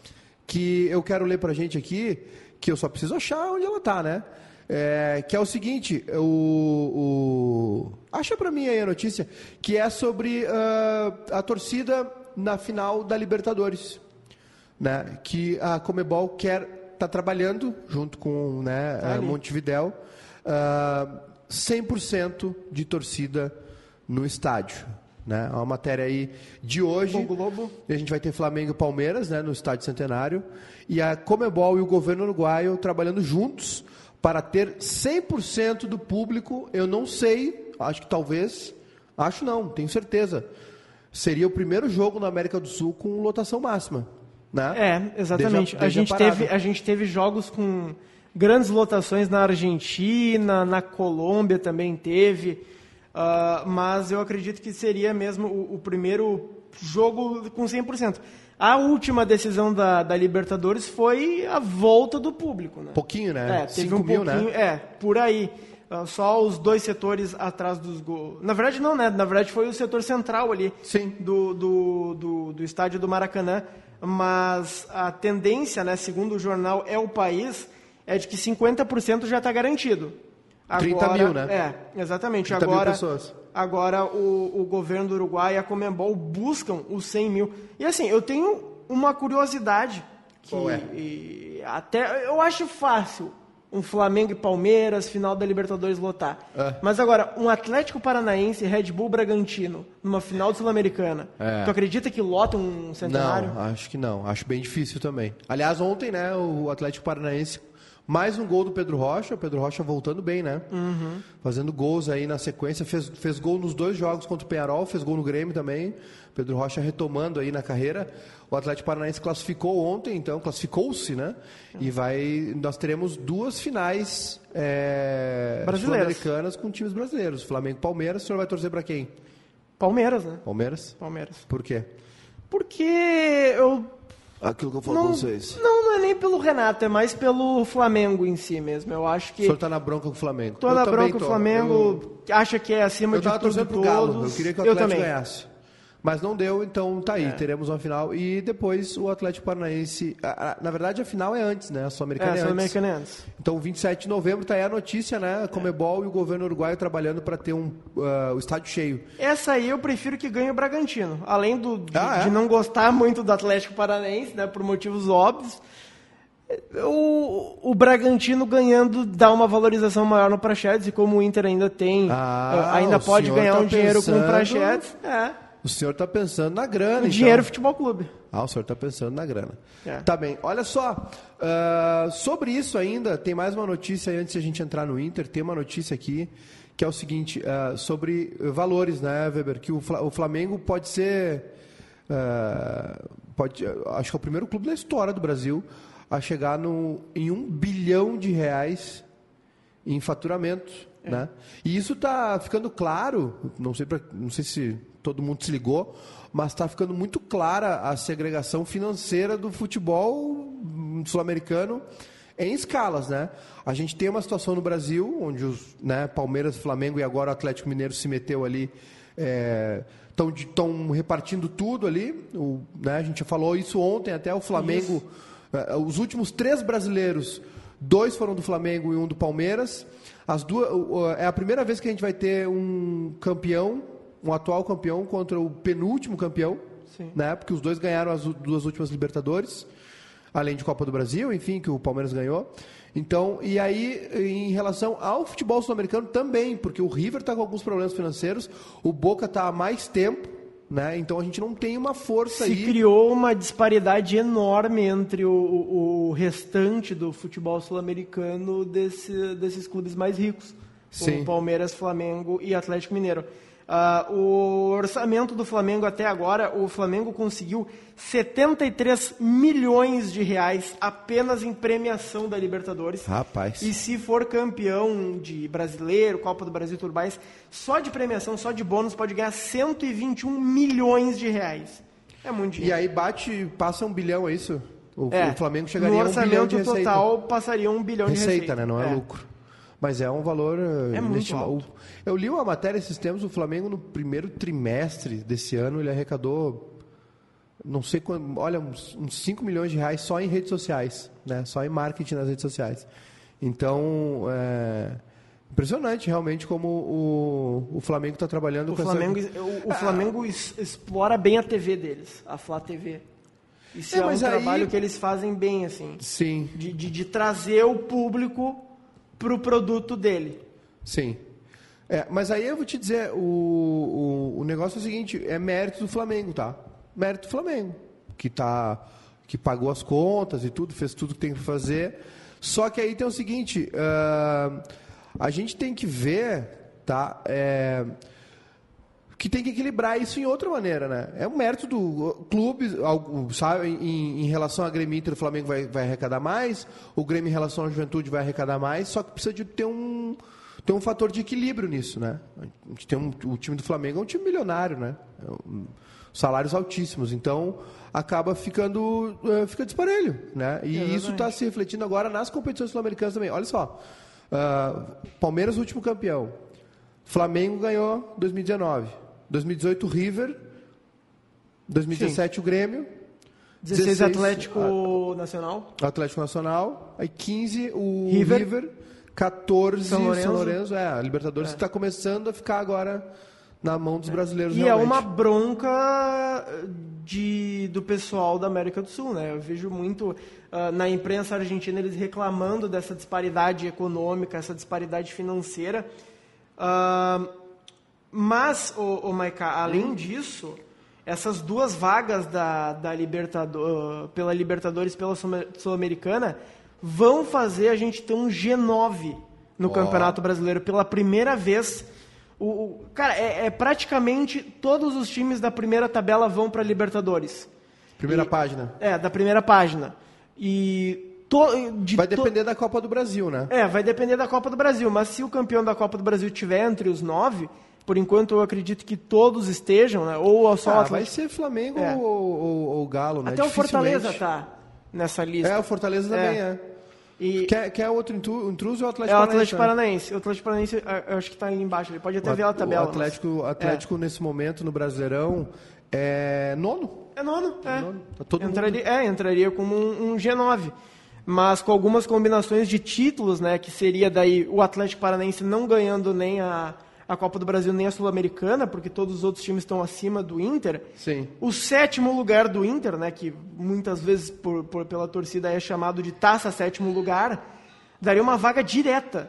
que eu quero ler pra gente aqui, que eu só preciso achar onde ela tá, né? É, que é o seguinte, o, o... acha pra mim aí a notícia, que é sobre uh, a torcida na final da Libertadores, né? Que a Conmebol quer tá trabalhando junto com, né, a Montevidéu, uh, cem por cento de torcida no estádio. Né? É uma matéria aí de hoje. O Globo. A gente vai ter Flamengo e Palmeiras, né, no Estádio Centenário. E a Conmebol e o governo uruguaio trabalhando juntos para ter cem por cento do público. Eu não sei, acho que talvez, acho não, tenho certeza. Seria o primeiro jogo na América do Sul com lotação máxima. Né? É, exatamente. Desde a, desde a, gente a, teve, a gente teve jogos com grandes lotações na Argentina, na Colômbia também teve. Uh, mas eu acredito que seria mesmo o, o primeiro jogo com cem por cento. A última decisão da, da Libertadores foi a volta do público. Né? Pouquinho, né? É, teve cinco um mil, pouquinho, né? É, por aí. Uh, só os dois setores atrás dos gols. Na verdade, não, né? Na verdade, foi o setor central ali Sim. Do, do, do, do estádio do Maracanã. Mas a tendência, né, segundo o jornal É o País, é de que cinquenta por cento já está garantido. Agora, trinta mil, né? É, exatamente. trinta agora, mil pessoas. Agora o, o governo do Uruguai e a Conmebol buscam os cem mil. E assim, eu tenho uma curiosidade. Que, Qual é? E, até, eu acho fácil um Flamengo e Palmeiras, final da Libertadores lotar. É. Mas agora, um Atlético Paranaense e Red Bull Bragantino numa final de Sul-Americana, é. tu acredita que lota um centenário? Não, acho que não. Acho bem difícil também. Aliás, ontem, né, o Atlético Paranaense, mais um gol do Pedro Rocha, o Pedro Rocha voltando bem, né? Uhum. Fazendo gols aí na sequência, fez, fez gol nos dois jogos contra o Peñarol, fez gol no Grêmio também. Pedro Rocha retomando aí na carreira. O Atlético Paranaense classificou ontem, então, classificou-se, né? E vai, nós teremos duas finais é, sul-americanas com times brasileiros. Flamengo e Palmeiras. O senhor vai torcer para quem? Palmeiras, né? Palmeiras? Palmeiras. Por quê? Porque eu... Aquilo que eu falo não, com vocês. Não, não é nem pelo Renato, é mais pelo Flamengo em si mesmo. Eu acho que... O senhor tá na bronca com o Flamengo. Tô eu na bronca com o Flamengo, eu... acha que é acima eu de tudo todos. Eu tava torcendo pro Galo, eu queria que o Atlético ganhasse. Mas não deu, então tá aí, é. teremos uma final. E depois o Atlético Paranaense... Na verdade, a final é antes, né? A Sul-Americana é, é antes. É antes. Então, vinte e sete de novembro tá aí a notícia, né? A Conmebol é. e o governo uruguaio trabalhando para ter um, uh, o estádio cheio. Essa aí eu prefiro que ganhe o Bragantino. Além do, de, ah, é? de não gostar muito do Atlético Paranaense, né? Por motivos óbvios. O, o Bragantino ganhando dá uma valorização maior no Praxedes. E como o Inter ainda tem... Ah, ainda pode ganhar tá um dinheiro pensando... com o Praxedes. É. O senhor está pensando na grana, o então. Dinheiro Futebol Clube. Ah, o senhor está pensando na grana. É. Tá bem. Olha só, uh, sobre isso ainda, tem mais uma notícia aí, antes de a gente entrar no Inter, tem uma notícia aqui, que é o seguinte, uh, sobre valores, né, Weber? Que o, o Flamengo pode ser, uh, pode, acho que é o primeiro clube da história do Brasil a chegar no, em um bilhão de reais em faturamento. É. Né? E isso está ficando claro, não sei, pra, não sei se todo mundo se ligou, mas está ficando muito clara a segregação financeira do futebol sul-americano em escalas, né? A gente tem uma situação no Brasil, onde os né, Palmeiras, Flamengo e agora o Atlético Mineiro se meteu ali, estão é, repartindo tudo ali, o, né, a gente já falou isso ontem, até o Flamengo, é, os últimos três brasileiros, dois foram do Flamengo e um do Palmeiras. As duas, é a primeira vez que a gente vai ter um campeão, um atual campeão contra o penúltimo campeão, Sim. né? Porque os dois ganharam as duas últimas Libertadores, além de Copa do Brasil, enfim, que o Palmeiras ganhou. Então, e aí, em relação ao futebol sul-americano também, porque o River está com alguns problemas financeiros, o Boca está há mais tempo, né? Então a gente não tem uma força Se aí. Se criou uma disparidade enorme entre o, o, o restante do futebol sul-americano desse, desses clubes mais ricos, Sim. como Palmeiras, Flamengo e Atlético Mineiro. Uh, o orçamento do Flamengo até agora, o Flamengo conseguiu setenta e três milhões de reais apenas em premiação da Libertadores. Rapaz. E se for campeão de brasileiro, Copa do Brasil e tudo mais, só de premiação, só de bônus, pode ganhar cento e vinte e um milhões de reais. É muito dinheiro. E aí bate, passa um bilhão, é isso? O, é, o Flamengo chegaria a um bilhão de receita. No orçamento total passaria um bilhão receita, de receita. né? Não é, é lucro. Mas é um valor é muito alto. Eu li uma matéria esses tempos, o Flamengo no primeiro trimestre desse ano, ele arrecadou, não sei quando, olha, uns, uns cinco milhões de reais só em redes sociais, né? Só em marketing nas redes sociais. Então, é impressionante realmente como o, o Flamengo está trabalhando o com Flamengo, essa... O, o Flamengo ah, explora bem a T V deles, a Flá T V. Isso é, é um aí... trabalho que eles fazem bem, assim. Sim. De, de, de trazer o público para o produto dele. Sim. É, mas aí eu vou te dizer, o, o, o negócio é o seguinte, é mérito do Flamengo, tá? Mérito do Flamengo, que, tá, que pagou as contas e tudo, fez tudo que tem que fazer. Só que aí tem o seguinte, uh, a gente tem que ver, tá? É, que tem que equilibrar isso em outra maneira, né? É um mérito do clube, sabe? Em, em relação à Grêmio Inter, o Flamengo vai, vai arrecadar mais, o Grêmio em relação à Juventude vai arrecadar mais, só que precisa de ter um, ter um fator de equilíbrio nisso, né? A gente tem um, o time do Flamengo é um time milionário, né? Um, salários altíssimos, então acaba ficando uh, fica disparelho, né? E é, isso está se refletindo agora nas competições sul-americanas também. Olha só, uh, Palmeiras último campeão, Flamengo ganhou dois mil e dezenove, dois mil e dezoito River, dois mil e dezessete Sim. o Grêmio, dezesseis Atlético a, Nacional, Atlético Nacional, aí quinze o River, River quatorze São Lourenço, São Lourenço é, a Libertadores é. está começando a ficar agora na mão dos brasileiros. E realmente. é uma bronca de, do pessoal da América do Sul, né? Eu vejo muito uh, na imprensa argentina eles reclamando dessa disparidade econômica, essa disparidade financeira. Uh, mas, ô, ô Maiká, além disso, essas duas vagas da, da Libertador, uh, pela Libertadores e pela Sul-Americana vão fazer a gente ter um G nove no oh. Campeonato Brasileiro pela primeira vez. O, o, cara, é, é praticamente todos os times da primeira tabela vão para a Libertadores. Primeira e, página. É, da primeira página. E to, de vai depender to... da Copa do Brasil, né? É, vai depender da Copa do Brasil. Mas se o campeão da Copa do Brasil estiver entre os nove, por enquanto eu acredito que todos estejam, né? Ou só ah, o Atlético... vai ser Flamengo é. ou, ou, ou Galo, né? Até o Fortaleza tá nessa lista. É, o Fortaleza também é. é. E quer, quer outro intruso ou o Atlético Paranaense? É o Paranaense, Atlético Paranaense. Né? O Atlético Paranaense, eu acho que está ali embaixo. Ele pode até o, ver a tabela. O Atlético, mas... Atlético é. nesse momento, no Brasileirão, é nono. É nono, é. nono. Tá todo entraria, mundo... É, entraria como um, um G nove. Mas com algumas combinações de títulos, né? Que seria daí o Atlético Paranaense não ganhando nem a, a Copa do Brasil, nem a Sul-Americana, porque todos os outros times estão acima do Inter. Sim. O sétimo lugar do Inter, né? Que muitas vezes por, por, pela torcida é chamado de taça sétimo lugar, daria uma vaga direta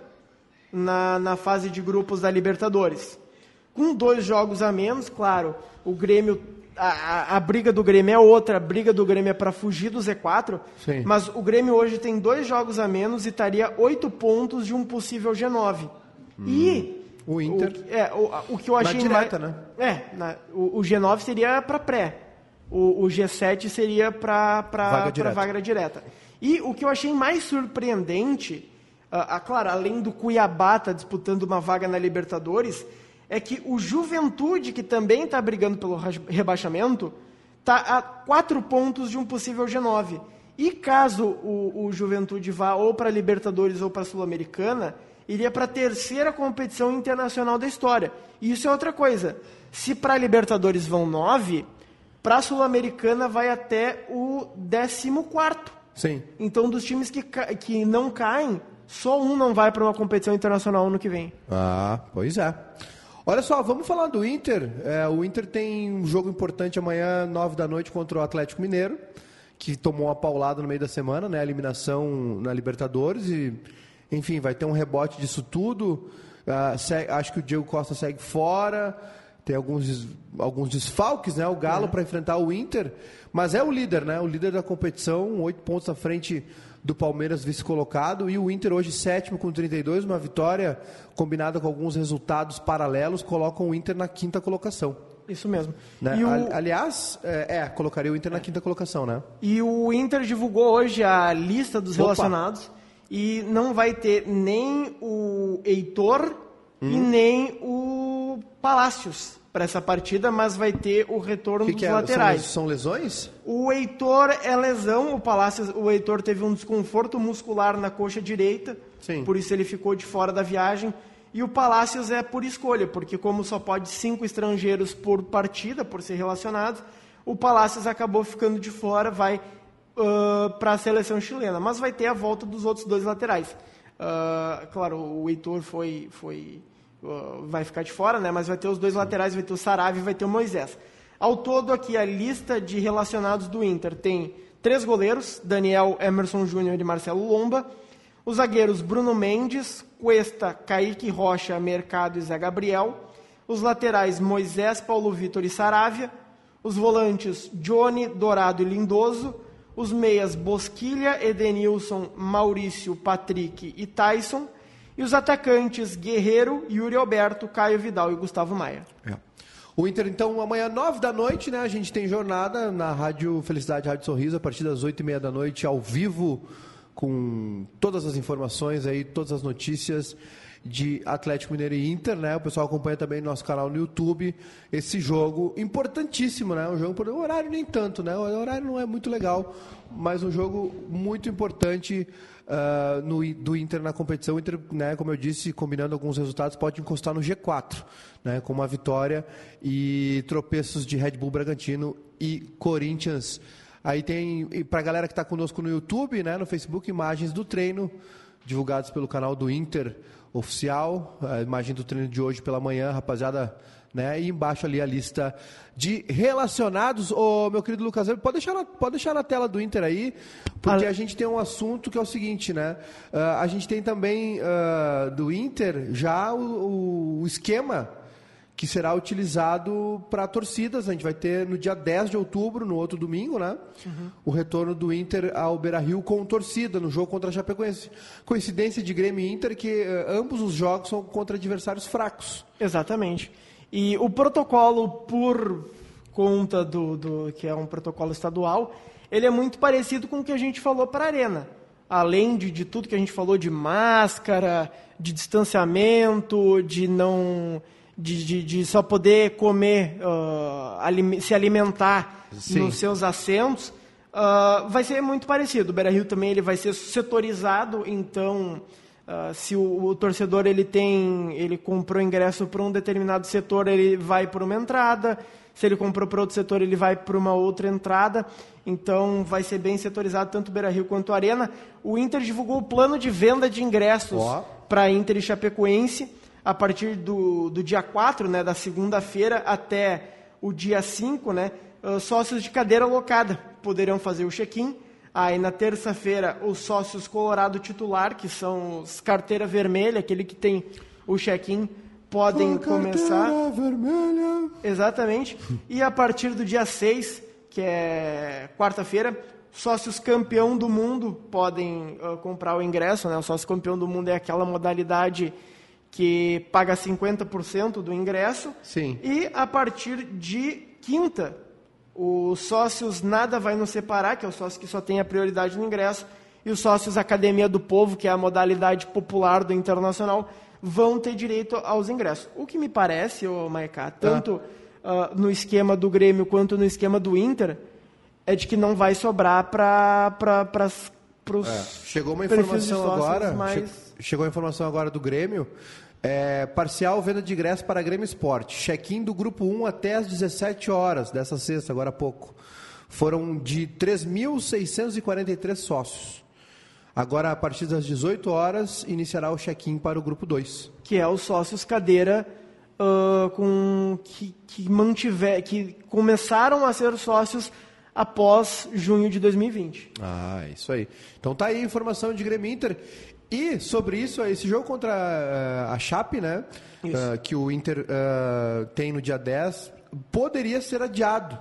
na, na fase de grupos da Libertadores. Com dois jogos a menos, claro, o Grêmio, a, a, a briga do Grêmio é outra, a briga do Grêmio é para fugir do Z quatro, Sim. Mas o Grêmio hoje tem dois jogos a menos e estaria oito pontos de um possível G nove. Hum. E o Inter... O, é, o, o que eu achei na direta, mais, né? É, na, o, o G nove seria para pré, o, o G sete seria para vaga, vaga direta. E o que eu achei mais surpreendente, uh, claro, além do Cuiabá estar tá disputando uma vaga na Libertadores, é que o Juventude, que também está brigando pelo rebaixamento, está a quatro pontos de um possível G nove. E caso o, o Juventude vá ou para a Libertadores ou para a Sul-Americana, iria para a terceira competição internacional da história. E isso é outra coisa. Se para a Libertadores vão nove, para a Sul-Americana vai até o décimo quarto. Sim. Então, dos times que, ca... que não caem, só um não vai para uma competição internacional ano que vem. Ah, pois é. Olha só, vamos falar do Inter. É, o Inter tem um jogo importante amanhã, nove da noite, contra o Atlético Mineiro, que tomou uma paulada no meio da semana, né? A eliminação na Libertadores. E, enfim, vai ter um rebote disso tudo. Ah, segue... Acho que o Diego Costa segue fora. Tem alguns, alguns desfalques, né? O Galo é. para enfrentar o Inter. Mas é o líder, né? O líder da competição, oito pontos à frente do Palmeiras, vice-colocado. E o Inter hoje sétimo com trinta e dois. Uma vitória combinada com alguns resultados paralelos colocam o Inter na quinta colocação. Isso mesmo. Né? E o... Aliás, é, é, colocaria o Inter na quinta colocação, né? E o Inter divulgou hoje a lista dos Opa. relacionados. E não vai ter nem o Heitor hum. e nem o Palácios para essa partida, mas vai ter o retorno que dos que é? laterais. São, são lesões? O Heitor é lesão, o Palácios, o Heitor teve um desconforto muscular na coxa direita, Sim. por isso ele ficou de fora da viagem. E o Palácios é por escolha, porque como só pode cinco estrangeiros por partida, por ser relacionados, o Palácios acabou ficando de fora, vai uh, para a seleção chilena, mas vai ter a volta dos outros dois laterais. Uh, claro, o Heitor foi... foi Uh, vai ficar de fora, né? Mas vai ter os dois laterais, vai ter o Saravia e vai ter o Moisés. Ao todo, aqui, a lista de relacionados do Inter tem três goleiros, Daniel, Emerson Júnior e Marcelo Lomba, os zagueiros Bruno Mendes, Cuesta, Kaique Rocha, Mercado e Zé Gabriel, os laterais Moisés, Paulo Vitor e Saravia, os volantes Johnny, Dourado e Lindoso, os meias Bosquilha, Edenilson, Maurício, Patrick e Tyson, e os atacantes Guerreiro, Yuri Alberto, Caio Vidal e Gustavo Maia. É. O Inter, então, amanhã, nove da noite, né? A gente tem jornada na Rádio Felicidade, Rádio Sorriso, a partir das oito e meia da noite, ao vivo, com todas as informações aí, todas as notícias de Atlético Mineiro e Inter, né? O pessoal acompanha também no nosso canal no YouTube esse jogo importantíssimo, né? Um jogo por o horário nem tanto, né? O horário não é muito legal, mas um jogo muito importante uh, no, do Inter na competição. O Inter, né, como eu disse, combinando alguns resultados, pode encostar no G quatro, né? Com uma vitória e tropeços de Red Bull Bragantino e Corinthians. Aí tem, para a galera que está conosco no YouTube, né, no Facebook, imagens do treino divulgados pelo canal do Inter Oficial, a imagem do treino de hoje pela manhã, rapaziada, né? E embaixo ali a lista de relacionados. Ô, meu querido Lucas, pode deixar na, pode deixar na tela do Inter aí, porque a gente tem um assunto que é o seguinte, né? Uh, a gente tem também uh, do Inter já o, o esquema que será utilizado para torcidas. A gente vai ter no dia dez de outubro, no outro domingo, né? Uhum. O retorno do Inter ao Beira-Rio com torcida, no jogo contra a Chapecoense. Coincidência de Grêmio e Inter que uh, ambos os jogos são contra adversários fracos. Exatamente. E o protocolo, por conta do, do que é um protocolo estadual, ele é muito parecido com o que a gente falou para a Arena. Além de, de tudo que a gente falou de máscara, de distanciamento, de não... De, de, de só poder comer, uh, alim, se alimentar Sim. nos seus assentos, uh, vai ser muito parecido. O Beira-Rio também ele vai ser setorizado, então, uh, se o, o torcedor ele tem, ele comprou ingresso para um determinado setor, ele vai por uma entrada. Se ele comprou para outro setor, ele vai para uma outra entrada. Então, vai ser bem setorizado tanto o Beira-Rio quanto a Arena. O Inter divulgou o plano de venda de ingressos oh. para Inter e Chapecoense. A partir do, do dia quatro, né, da segunda-feira, até o dia cinco, né, sócios de cadeira locada poderão fazer o check-in. Aí, na terça-feira, os sócios Colorado titular, que são os carteira vermelha, aquele que tem o check-in, podem começar. Carteira vermelha. Exatamente. E a partir do dia seis, que é quarta-feira, sócios campeão do mundo podem uh, comprar o ingresso, né? O sócio campeão do mundo é aquela modalidade que paga cinquenta por cento do ingresso. Sim. E a partir de quinta, os sócios Nada Vai Nos Separar, que é o sócio que só tem a prioridade no ingresso, e os sócios Academia do Povo, que é a modalidade popular do Internacional, vão ter direito aos ingressos. O que me parece, ô Maiká, tanto ah. uh, no esquema do Grêmio quanto no esquema do Inter, é de que não vai sobrar para os é. Chegou uma informação agora, mais... che chegou a informação agora do Grêmio. É, parcial venda de ingresso para Grêmio Esporte. Check-in do Grupo um até às dezessete horas dessa sexta, agora há pouco. Foram de três mil seiscentos e quarenta e três sócios. Agora, a partir das dezoito horas, iniciará o check-in para o Grupo dois. Que é os sócios cadeira uh, com, que, que, mantiver, que começaram a ser sócios após junho de dois mil e vinte. Ah, isso aí. Então tá aí a informação de Grêmio Inter. E sobre isso, esse jogo contra uh, a Chape, né, uh, que o Inter uh, tem no dia dez, poderia ser adiado,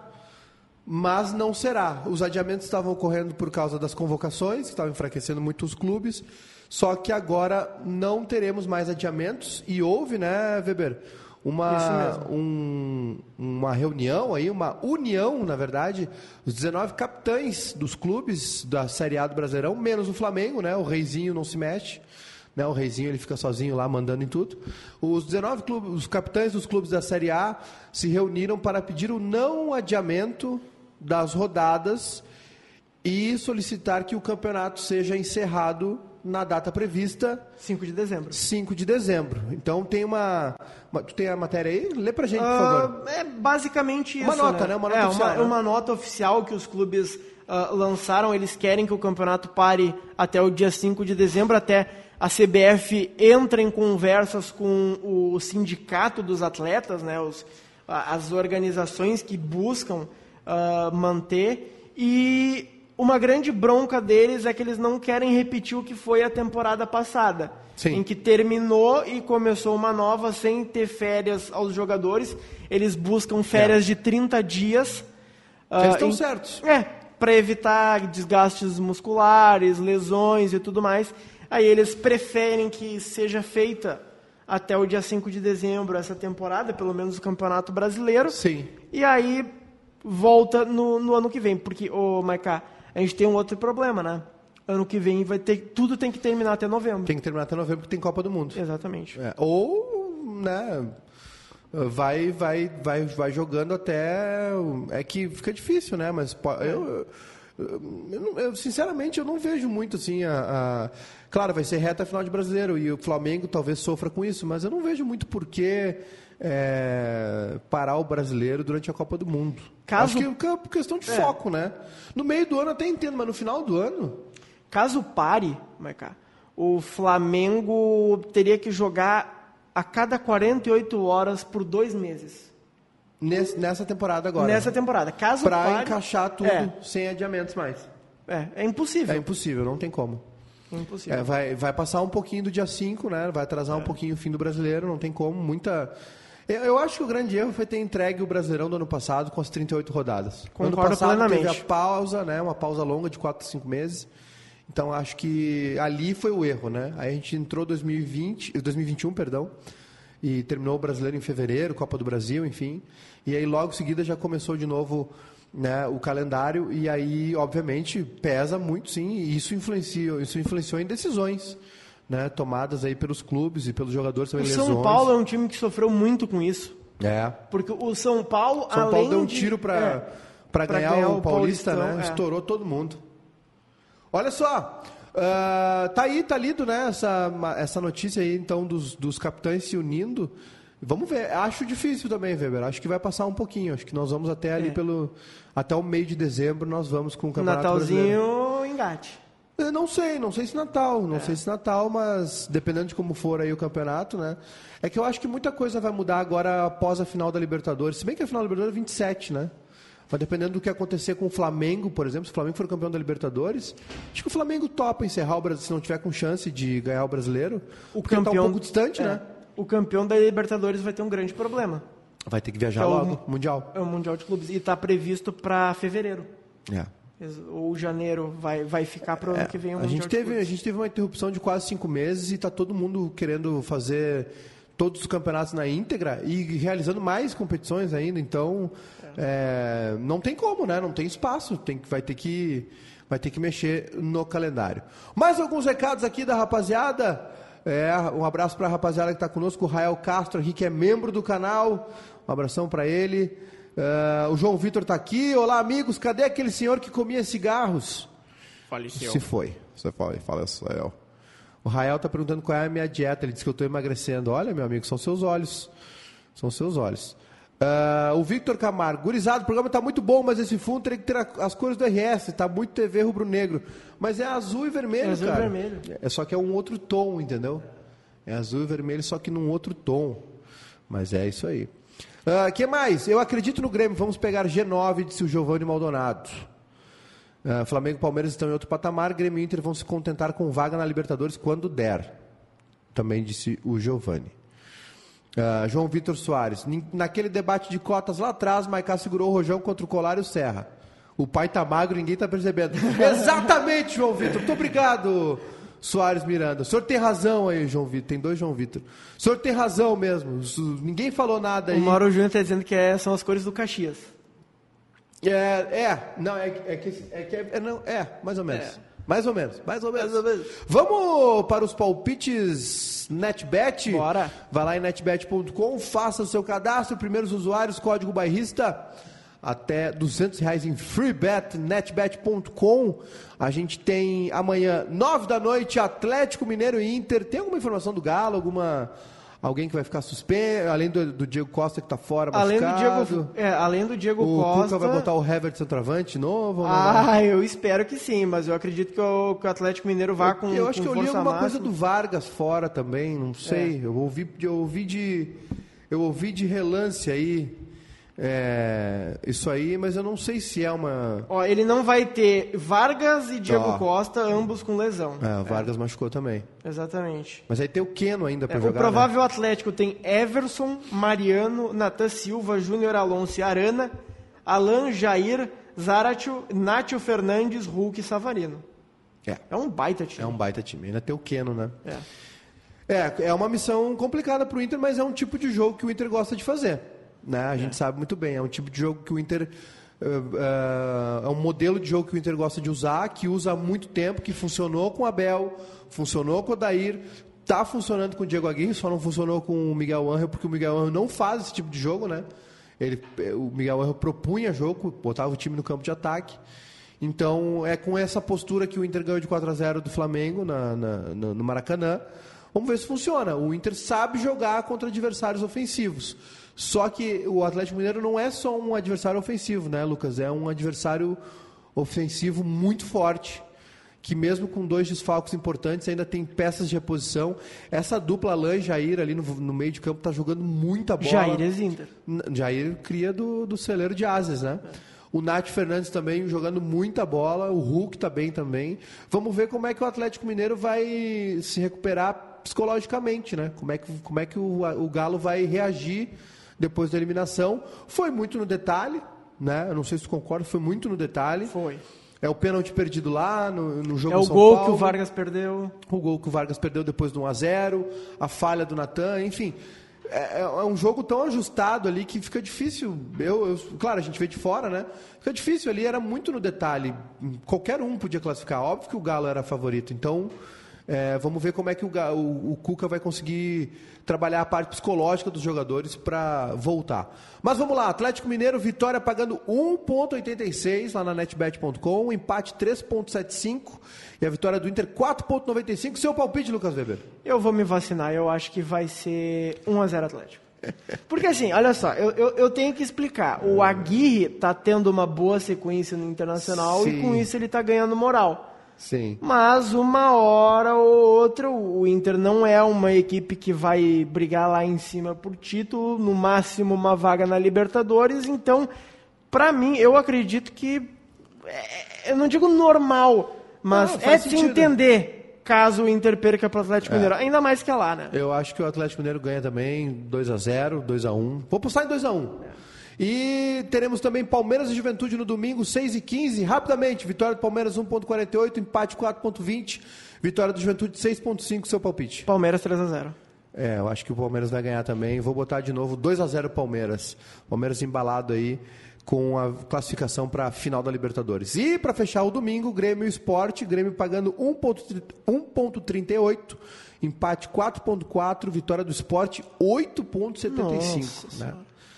mas não será. Os adiamentos estavam ocorrendo por causa das convocações, que estavam enfraquecendo muito os clubes, só que agora não teremos mais adiamentos, e houve, né, Weber, uma, um, uma reunião, aí, uma união, na verdade, os dezenove capitães dos clubes da Série A do Brasileirão, menos o Flamengo, né? O Reizinho não se mexe, né? O Reizinho ele fica sozinho lá mandando em tudo. Os dezenove clubes, os capitães dos clubes da Série A se reuniram para pedir o não adiamento das rodadas e solicitar que o campeonato seja encerrado na data prevista... cinco de dezembro. cinco de dezembro. Então tem uma... uma tu tem a matéria aí? Lê pra gente, por uh, favor. É basicamente isso, Uma nota, né? né? Uma nota é, oficial. Uma, né? uma nota oficial que os clubes uh, lançaram. Eles querem que o campeonato pare até o dia cinco de dezembro, até a C B F entra em conversas com o sindicato dos atletas, né? Os, as organizações que buscam uh, manter. E... uma grande bronca deles é que eles não querem repetir o que foi a temporada passada. Sim. Em que terminou e começou uma nova sem ter férias aos jogadores. Eles buscam férias é. de trinta dias. Eles uh, estão em, certos. É, para evitar desgastes musculares, lesões e tudo mais. Aí eles preferem que seja feita até o dia cinco de dezembro essa temporada, pelo menos o Campeonato Brasileiro. Sim. E aí volta no, no ano que vem. Porque, ô, Maiká, a gente tem um outro problema, né? Ano que vem vai ter, tudo tem que terminar até novembro. Tem que terminar até novembro porque tem Copa do Mundo. Exatamente. É, ou, né, vai, vai, vai, vai jogando até... É que fica difícil, né? Mas é. eu, eu, eu, eu, sinceramente, eu não vejo muito assim a, a... Claro, vai ser reta final de Brasileiro e o Flamengo talvez sofra com isso, mas eu não vejo muito porquê... É, parar o brasileiro durante a Copa do Mundo. Caso... Acho que é questão de é. foco, né? No meio do ano até entendo, mas no final do ano... Caso pare, Maiká, o Flamengo teria que jogar a cada quarenta e oito horas por dois meses. Nesse, nessa temporada agora. Nessa temporada. Caso Pra pare, encaixar tudo é. sem adiamentos mais. É, é impossível. É impossível, não tem como. É impossível. É, vai, vai passar um pouquinho do dia cinco, né? Vai atrasar é. um pouquinho o fim do Brasileiro, não tem como. Muita... Eu, eu acho que o grande erro foi ter entregue o Brasileirão do ano passado com as trinta e oito rodadas. Concordo ano passado plenamente. teve a pausa, né? Uma pausa longa de quatro, cinco meses. Então acho que ali foi o erro, né? Aí a gente entrou dois mil e vinte, dois mil e vinte e um, perdão, e terminou o Brasileiro em fevereiro, Copa do Brasil, enfim. E aí logo em seguida já começou de novo, né, o calendário, e aí obviamente pesa muito, sim, e isso influencia, isso influenciou em decisões, né, tomadas aí pelos clubes e pelos jogadores também. O lesões. São Paulo é um time que sofreu muito com isso. É. Porque o São Paulo, São além Paulo deu um de, tiro para é, para ganhar, ganhar o Paulista, Paulistão, né? É. Estourou todo mundo. Olha só, uh, tá aí, tá lido, né? Essa, essa notícia aí, então, dos, dos capitães se unindo. Vamos ver. Acho difícil também, Weber. Acho que vai passar um pouquinho. Acho que nós vamos até ali é. pelo até o meio de dezembro. Nós vamos com o Campeonato Natalzinho, Brasileiro. engate. Eu não sei, não sei se Natal, não é. sei se Natal, mas dependendo de como for aí o campeonato, né? É que eu acho que muita coisa vai mudar agora após a final da Libertadores. Se bem que a final da Libertadores é vinte e sete, né? Mas dependendo do que acontecer com o Flamengo, por exemplo, se o Flamengo for campeão da Libertadores, acho que o Flamengo topa encerrar o Brasil, se não tiver com chance de ganhar o Brasileiro. O porque campeão, tá um pouco distante, é. né? O campeão da Libertadores vai ter um grande problema. Vai ter que viajar é logo, o, Mundial. É o Mundial de Clubes. E está previsto para fevereiro. É. Ou janeiro vai, vai ficar para o ano é. que vem o a Mundial gente de teve, Clubes. A gente teve uma interrupção de quase cinco meses e está todo mundo querendo fazer todos os campeonatos na íntegra e realizando mais competições ainda. Então, é. É, não tem como, né? Não tem espaço. Tem, vai, ter que, vai ter que mexer no calendário. Mais alguns recados aqui da rapaziada. É, um abraço para a rapaziada que está conosco, o Rael Castro aqui, que é membro do canal. Um abração para ele. Uh, o João Vitor está aqui. Olá, amigos. Cadê aquele senhor que comia cigarros? Faleceu. Se foi. Você fala, faleceu. O Rael está perguntando qual é a minha dieta. Ele disse que eu estou emagrecendo. Olha, meu amigo, são seus olhos. São seus olhos. Uh, o Victor Camargo. Gurizado, o programa está muito bom, mas esse fundo teria que ter as cores do R S. Está muito T V rubro-negro. Mas é azul e vermelho, é azul cara. E vermelho. É só que é um outro tom, entendeu? É azul e vermelho, só que num outro tom. Mas é isso aí. O uh, que mais? Eu acredito no Grêmio. Vamos pegar G nove, disse o Giovanni Maldonado. Uh, Flamengo e Palmeiras estão em outro patamar. Grêmio e Inter vão se contentar com vaga na Libertadores quando der. Também disse o Giovanni. Uh, João Vitor Soares. Naquele debate de cotas lá atrás, Maicá segurou o Rojão contra o Colar e o Serra. O pai tá magro, ninguém tá percebendo. Exatamente, João Vitor. Muito obrigado, Soares Miranda. O senhor tem razão aí, João Vitor. Tem dois João Vitor. O senhor tem razão mesmo. Ninguém falou nada aí. O Mauro Júnior está dizendo que é, são as cores do Caxias. É, é. Não, é, é que é, que é, não, é mais ou menos. É. Mais ou menos, mais ou menos. Mais ou menos. Vamos para os palpites NetBet? Bora. Vai lá em netbet ponto com, faça o seu cadastro, primeiros usuários, código bairrista, até duzentos reais em freebet, netbet ponto com. A gente tem amanhã, nove da noite, Atlético Mineiro e Inter. Tem alguma informação do Galo, alguma... Alguém que vai ficar suspenso, além do, do Diego Costa que está fora, além machucado. do Diego, é, além do Diego o Costa... O Cuca vai botar o Hever centroavante novo? Ah, não? Eu espero que sim, mas eu acredito que o, que o Atlético Mineiro vá com Eu acho com que eu li alguma máxima. coisa do Vargas fora também, não sei. É. Eu, ouvi, eu, ouvi de, eu ouvi de relance aí, é, isso aí, mas eu não sei se é uma... Ó, ele não vai ter Vargas e Diego Ó. Costa, ambos com lesão. É, o Vargas é. machucou também. Exatamente. Mas aí tem o Keno ainda para é, jogar, O provável né? Atlético tem Everson, Mariano, Natan Silva, Júnior Alonso e Arana, Alan, Jair, Zaratio, Nátio Fernandes, Hulk e Savarino. É. É um baita time. É um baita time. Ainda tem o Keno, né? É. É, é uma missão complicada para o Inter, mas é um tipo de jogo que o Inter gosta de fazer. Né? A gente é. sabe muito bem. É um tipo de jogo que o Inter... Uh, uh, é um modelo de jogo que o Inter gosta de usar, que usa há muito tempo, que funcionou com o Abel, funcionou com o Odair, está funcionando com o Diego Aguirre, só não funcionou com o Miguel Ángel, porque o Miguel Ángel não faz esse tipo de jogo, né? Ele, o Miguel Ángel propunha jogo, botava o time no campo de ataque. Então, é com essa postura que o Inter ganhou de quatro a zero do Flamengo na, na, na, no Maracanã. Vamos ver se funciona. O Inter sabe jogar contra adversários ofensivos. Só que o Atlético Mineiro não é só um adversário ofensivo, né, Lucas? É um adversário ofensivo muito forte. que mesmo com dois desfalques importantes, ainda tem peças de reposição. Essa dupla Alain e Jair ali no, no meio de campo está jogando muita bola. Jair é Zinter. Jair cria do, do celeiro de Ases, né? É. O Nath Fernandes também jogando muita bola. O Hulk está bem também. Vamos ver como é que o Atlético Mineiro vai se recuperar psicologicamente, né? Como é que, como é que o, o Galo vai reagir depois da eliminação. Foi muito no detalhe, né? Eu não sei se tu concorda, foi muito no detalhe. Foi. É o pênalti perdido lá no, no jogo É o São gol Paulo, que o Vargas perdeu. O gol que o Vargas perdeu depois do um a zero, a falha do Natan, enfim. É, é um jogo tão ajustado ali que fica difícil. Eu, eu, claro, a gente vê de fora, né? Fica difícil ali, era muito no detalhe. Qualquer um podia classificar. Óbvio que o Galo era favorito. Então, é, vamos ver como é que o, o, o Cuca vai conseguir trabalhar a parte psicológica dos jogadores para voltar. Mas vamos lá, Atlético Mineiro, vitória pagando um vírgula oitenta e seis lá na netbet ponto com, empate três vírgula setenta e cinco e a vitória do Inter quatro vírgula noventa e cinco. Seu palpite, Lucas Weber? Eu vou me vacinar, eu acho que vai ser um a zero Atlético. Porque assim, olha só, eu, eu, eu tenho que explicar. O Aguirre tá tendo uma boa sequência no Internacional. Sim. E com isso ele tá ganhando moral. Sim. Mas uma hora ou outra o Inter não é uma equipe que vai brigar lá em cima por título, no máximo uma vaga na Libertadores. Então, pra mim, eu acredito que, eu não digo normal, mas não, é de se entender caso o Inter perca para o Atlético é. Mineiro, ainda mais que é lá, né? Eu acho que o Atlético Mineiro ganha também dois a zero, dois a um. Vou postar em dois a um. É. E teremos também Palmeiras e Juventude no domingo, seis e quinze. Rapidamente, vitória do Palmeiras um vírgula quarenta e oito, empate quatro vírgula vinte. Vitória do Juventude seis vírgula cinco, seu palpite. Palmeiras três a zero. É, eu acho que o Palmeiras vai ganhar também. Vou botar de novo dois a zero Palmeiras. Palmeiras embalado aí com a classificação para a final da Libertadores. E para fechar o domingo, Grêmio e Sport, Grêmio pagando um vírgula trinta e oito, empate quatro vírgula quatro, vitória do Sport oito vírgula setenta e cinco. Né?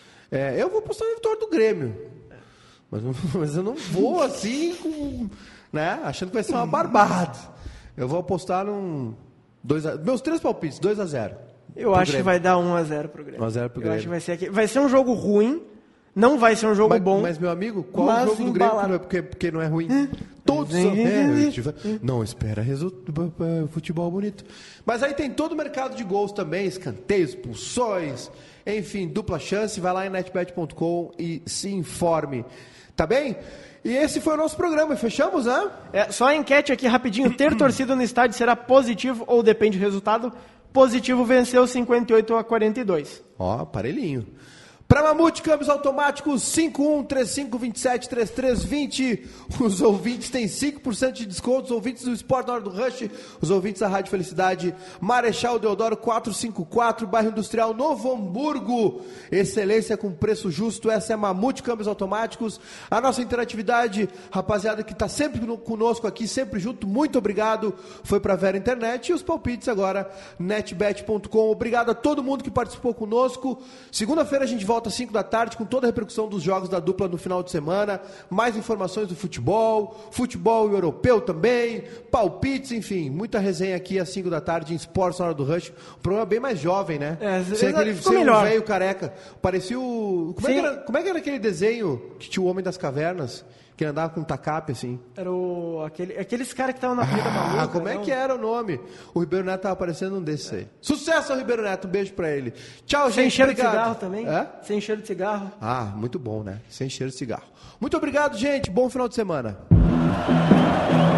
É, eu vou postar na vitória do Grêmio. Mas, mas eu não vou assim, com, né, achando que vai ser uma barbada. Eu vou apostar num... dois a, meus três palpites, dois a zero. Eu acho Grêmio. Que vai dar um a zero pro Grêmio. um a zero pro Grêmio. Eu acho que vai ser aqui. Vai ser um jogo ruim, não vai ser um jogo mas, bom. Mas, meu amigo, qual é o jogo do Grêmio que não é, porque, porque não é ruim? Hum. Todos são... É, tive... Não, espera resultado, futebol bonito. Mas aí tem todo o mercado de gols também, escanteios, expulsões, enfim, dupla chance. Vai lá em netbet ponto com e se informe. Tá bem? E esse foi o nosso programa. Fechamos, né? É, só a enquete aqui rapidinho. Ter torcida no estádio será positivo ou depende do resultado? Positivo venceu cinquenta e oito a quarenta e dois. Ó, aparelhinho. Para Mamute, câmbios automáticos, cinco um três cinco dois sete três três dois zero. Os ouvintes têm cinco por cento de desconto. Os ouvintes do Esporte na Hora do Rush. Os ouvintes da Rádio Felicidade. Marechal Deodoro quatrocentos e cinquenta e quatro, bairro Industrial, Novo Hamburgo. Excelência com preço justo. Essa é a Mamute, câmbios automáticos. A nossa interatividade, rapaziada que está sempre conosco aqui, sempre junto. Muito obrigado. Foi para a Vera Internet. E os palpites agora, netbet ponto com. Obrigado a todo mundo que participou conosco. Segunda-feira a gente volta volta às cinco da tarde com toda a repercussão dos jogos da dupla no final de semana, mais informações do futebol, futebol europeu também, palpites, enfim, muita resenha aqui às cinco da tarde em Esportes na Hora do Rush. Um programa bem mais jovem, né? É, sem aquele sem um velho careca. Parecia o... Como é, que era, como é que era aquele desenho que tinha o Homem das Cavernas? Que andava com um tacape, assim. Era o... Aquele, aqueles caras que estavam na corrida maluca. Ah, como é que era o nome? O Ribeiro Neto estava aparecendo num desses aí. Sucesso ao Ribeiro Neto, um beijo pra ele. Tchau, gente. Sem cheiro obrigado. de cigarro também. É? Sem cheiro de cigarro. Ah, muito bom, né? Sem cheiro de cigarro. Muito obrigado, gente. Bom final de semana.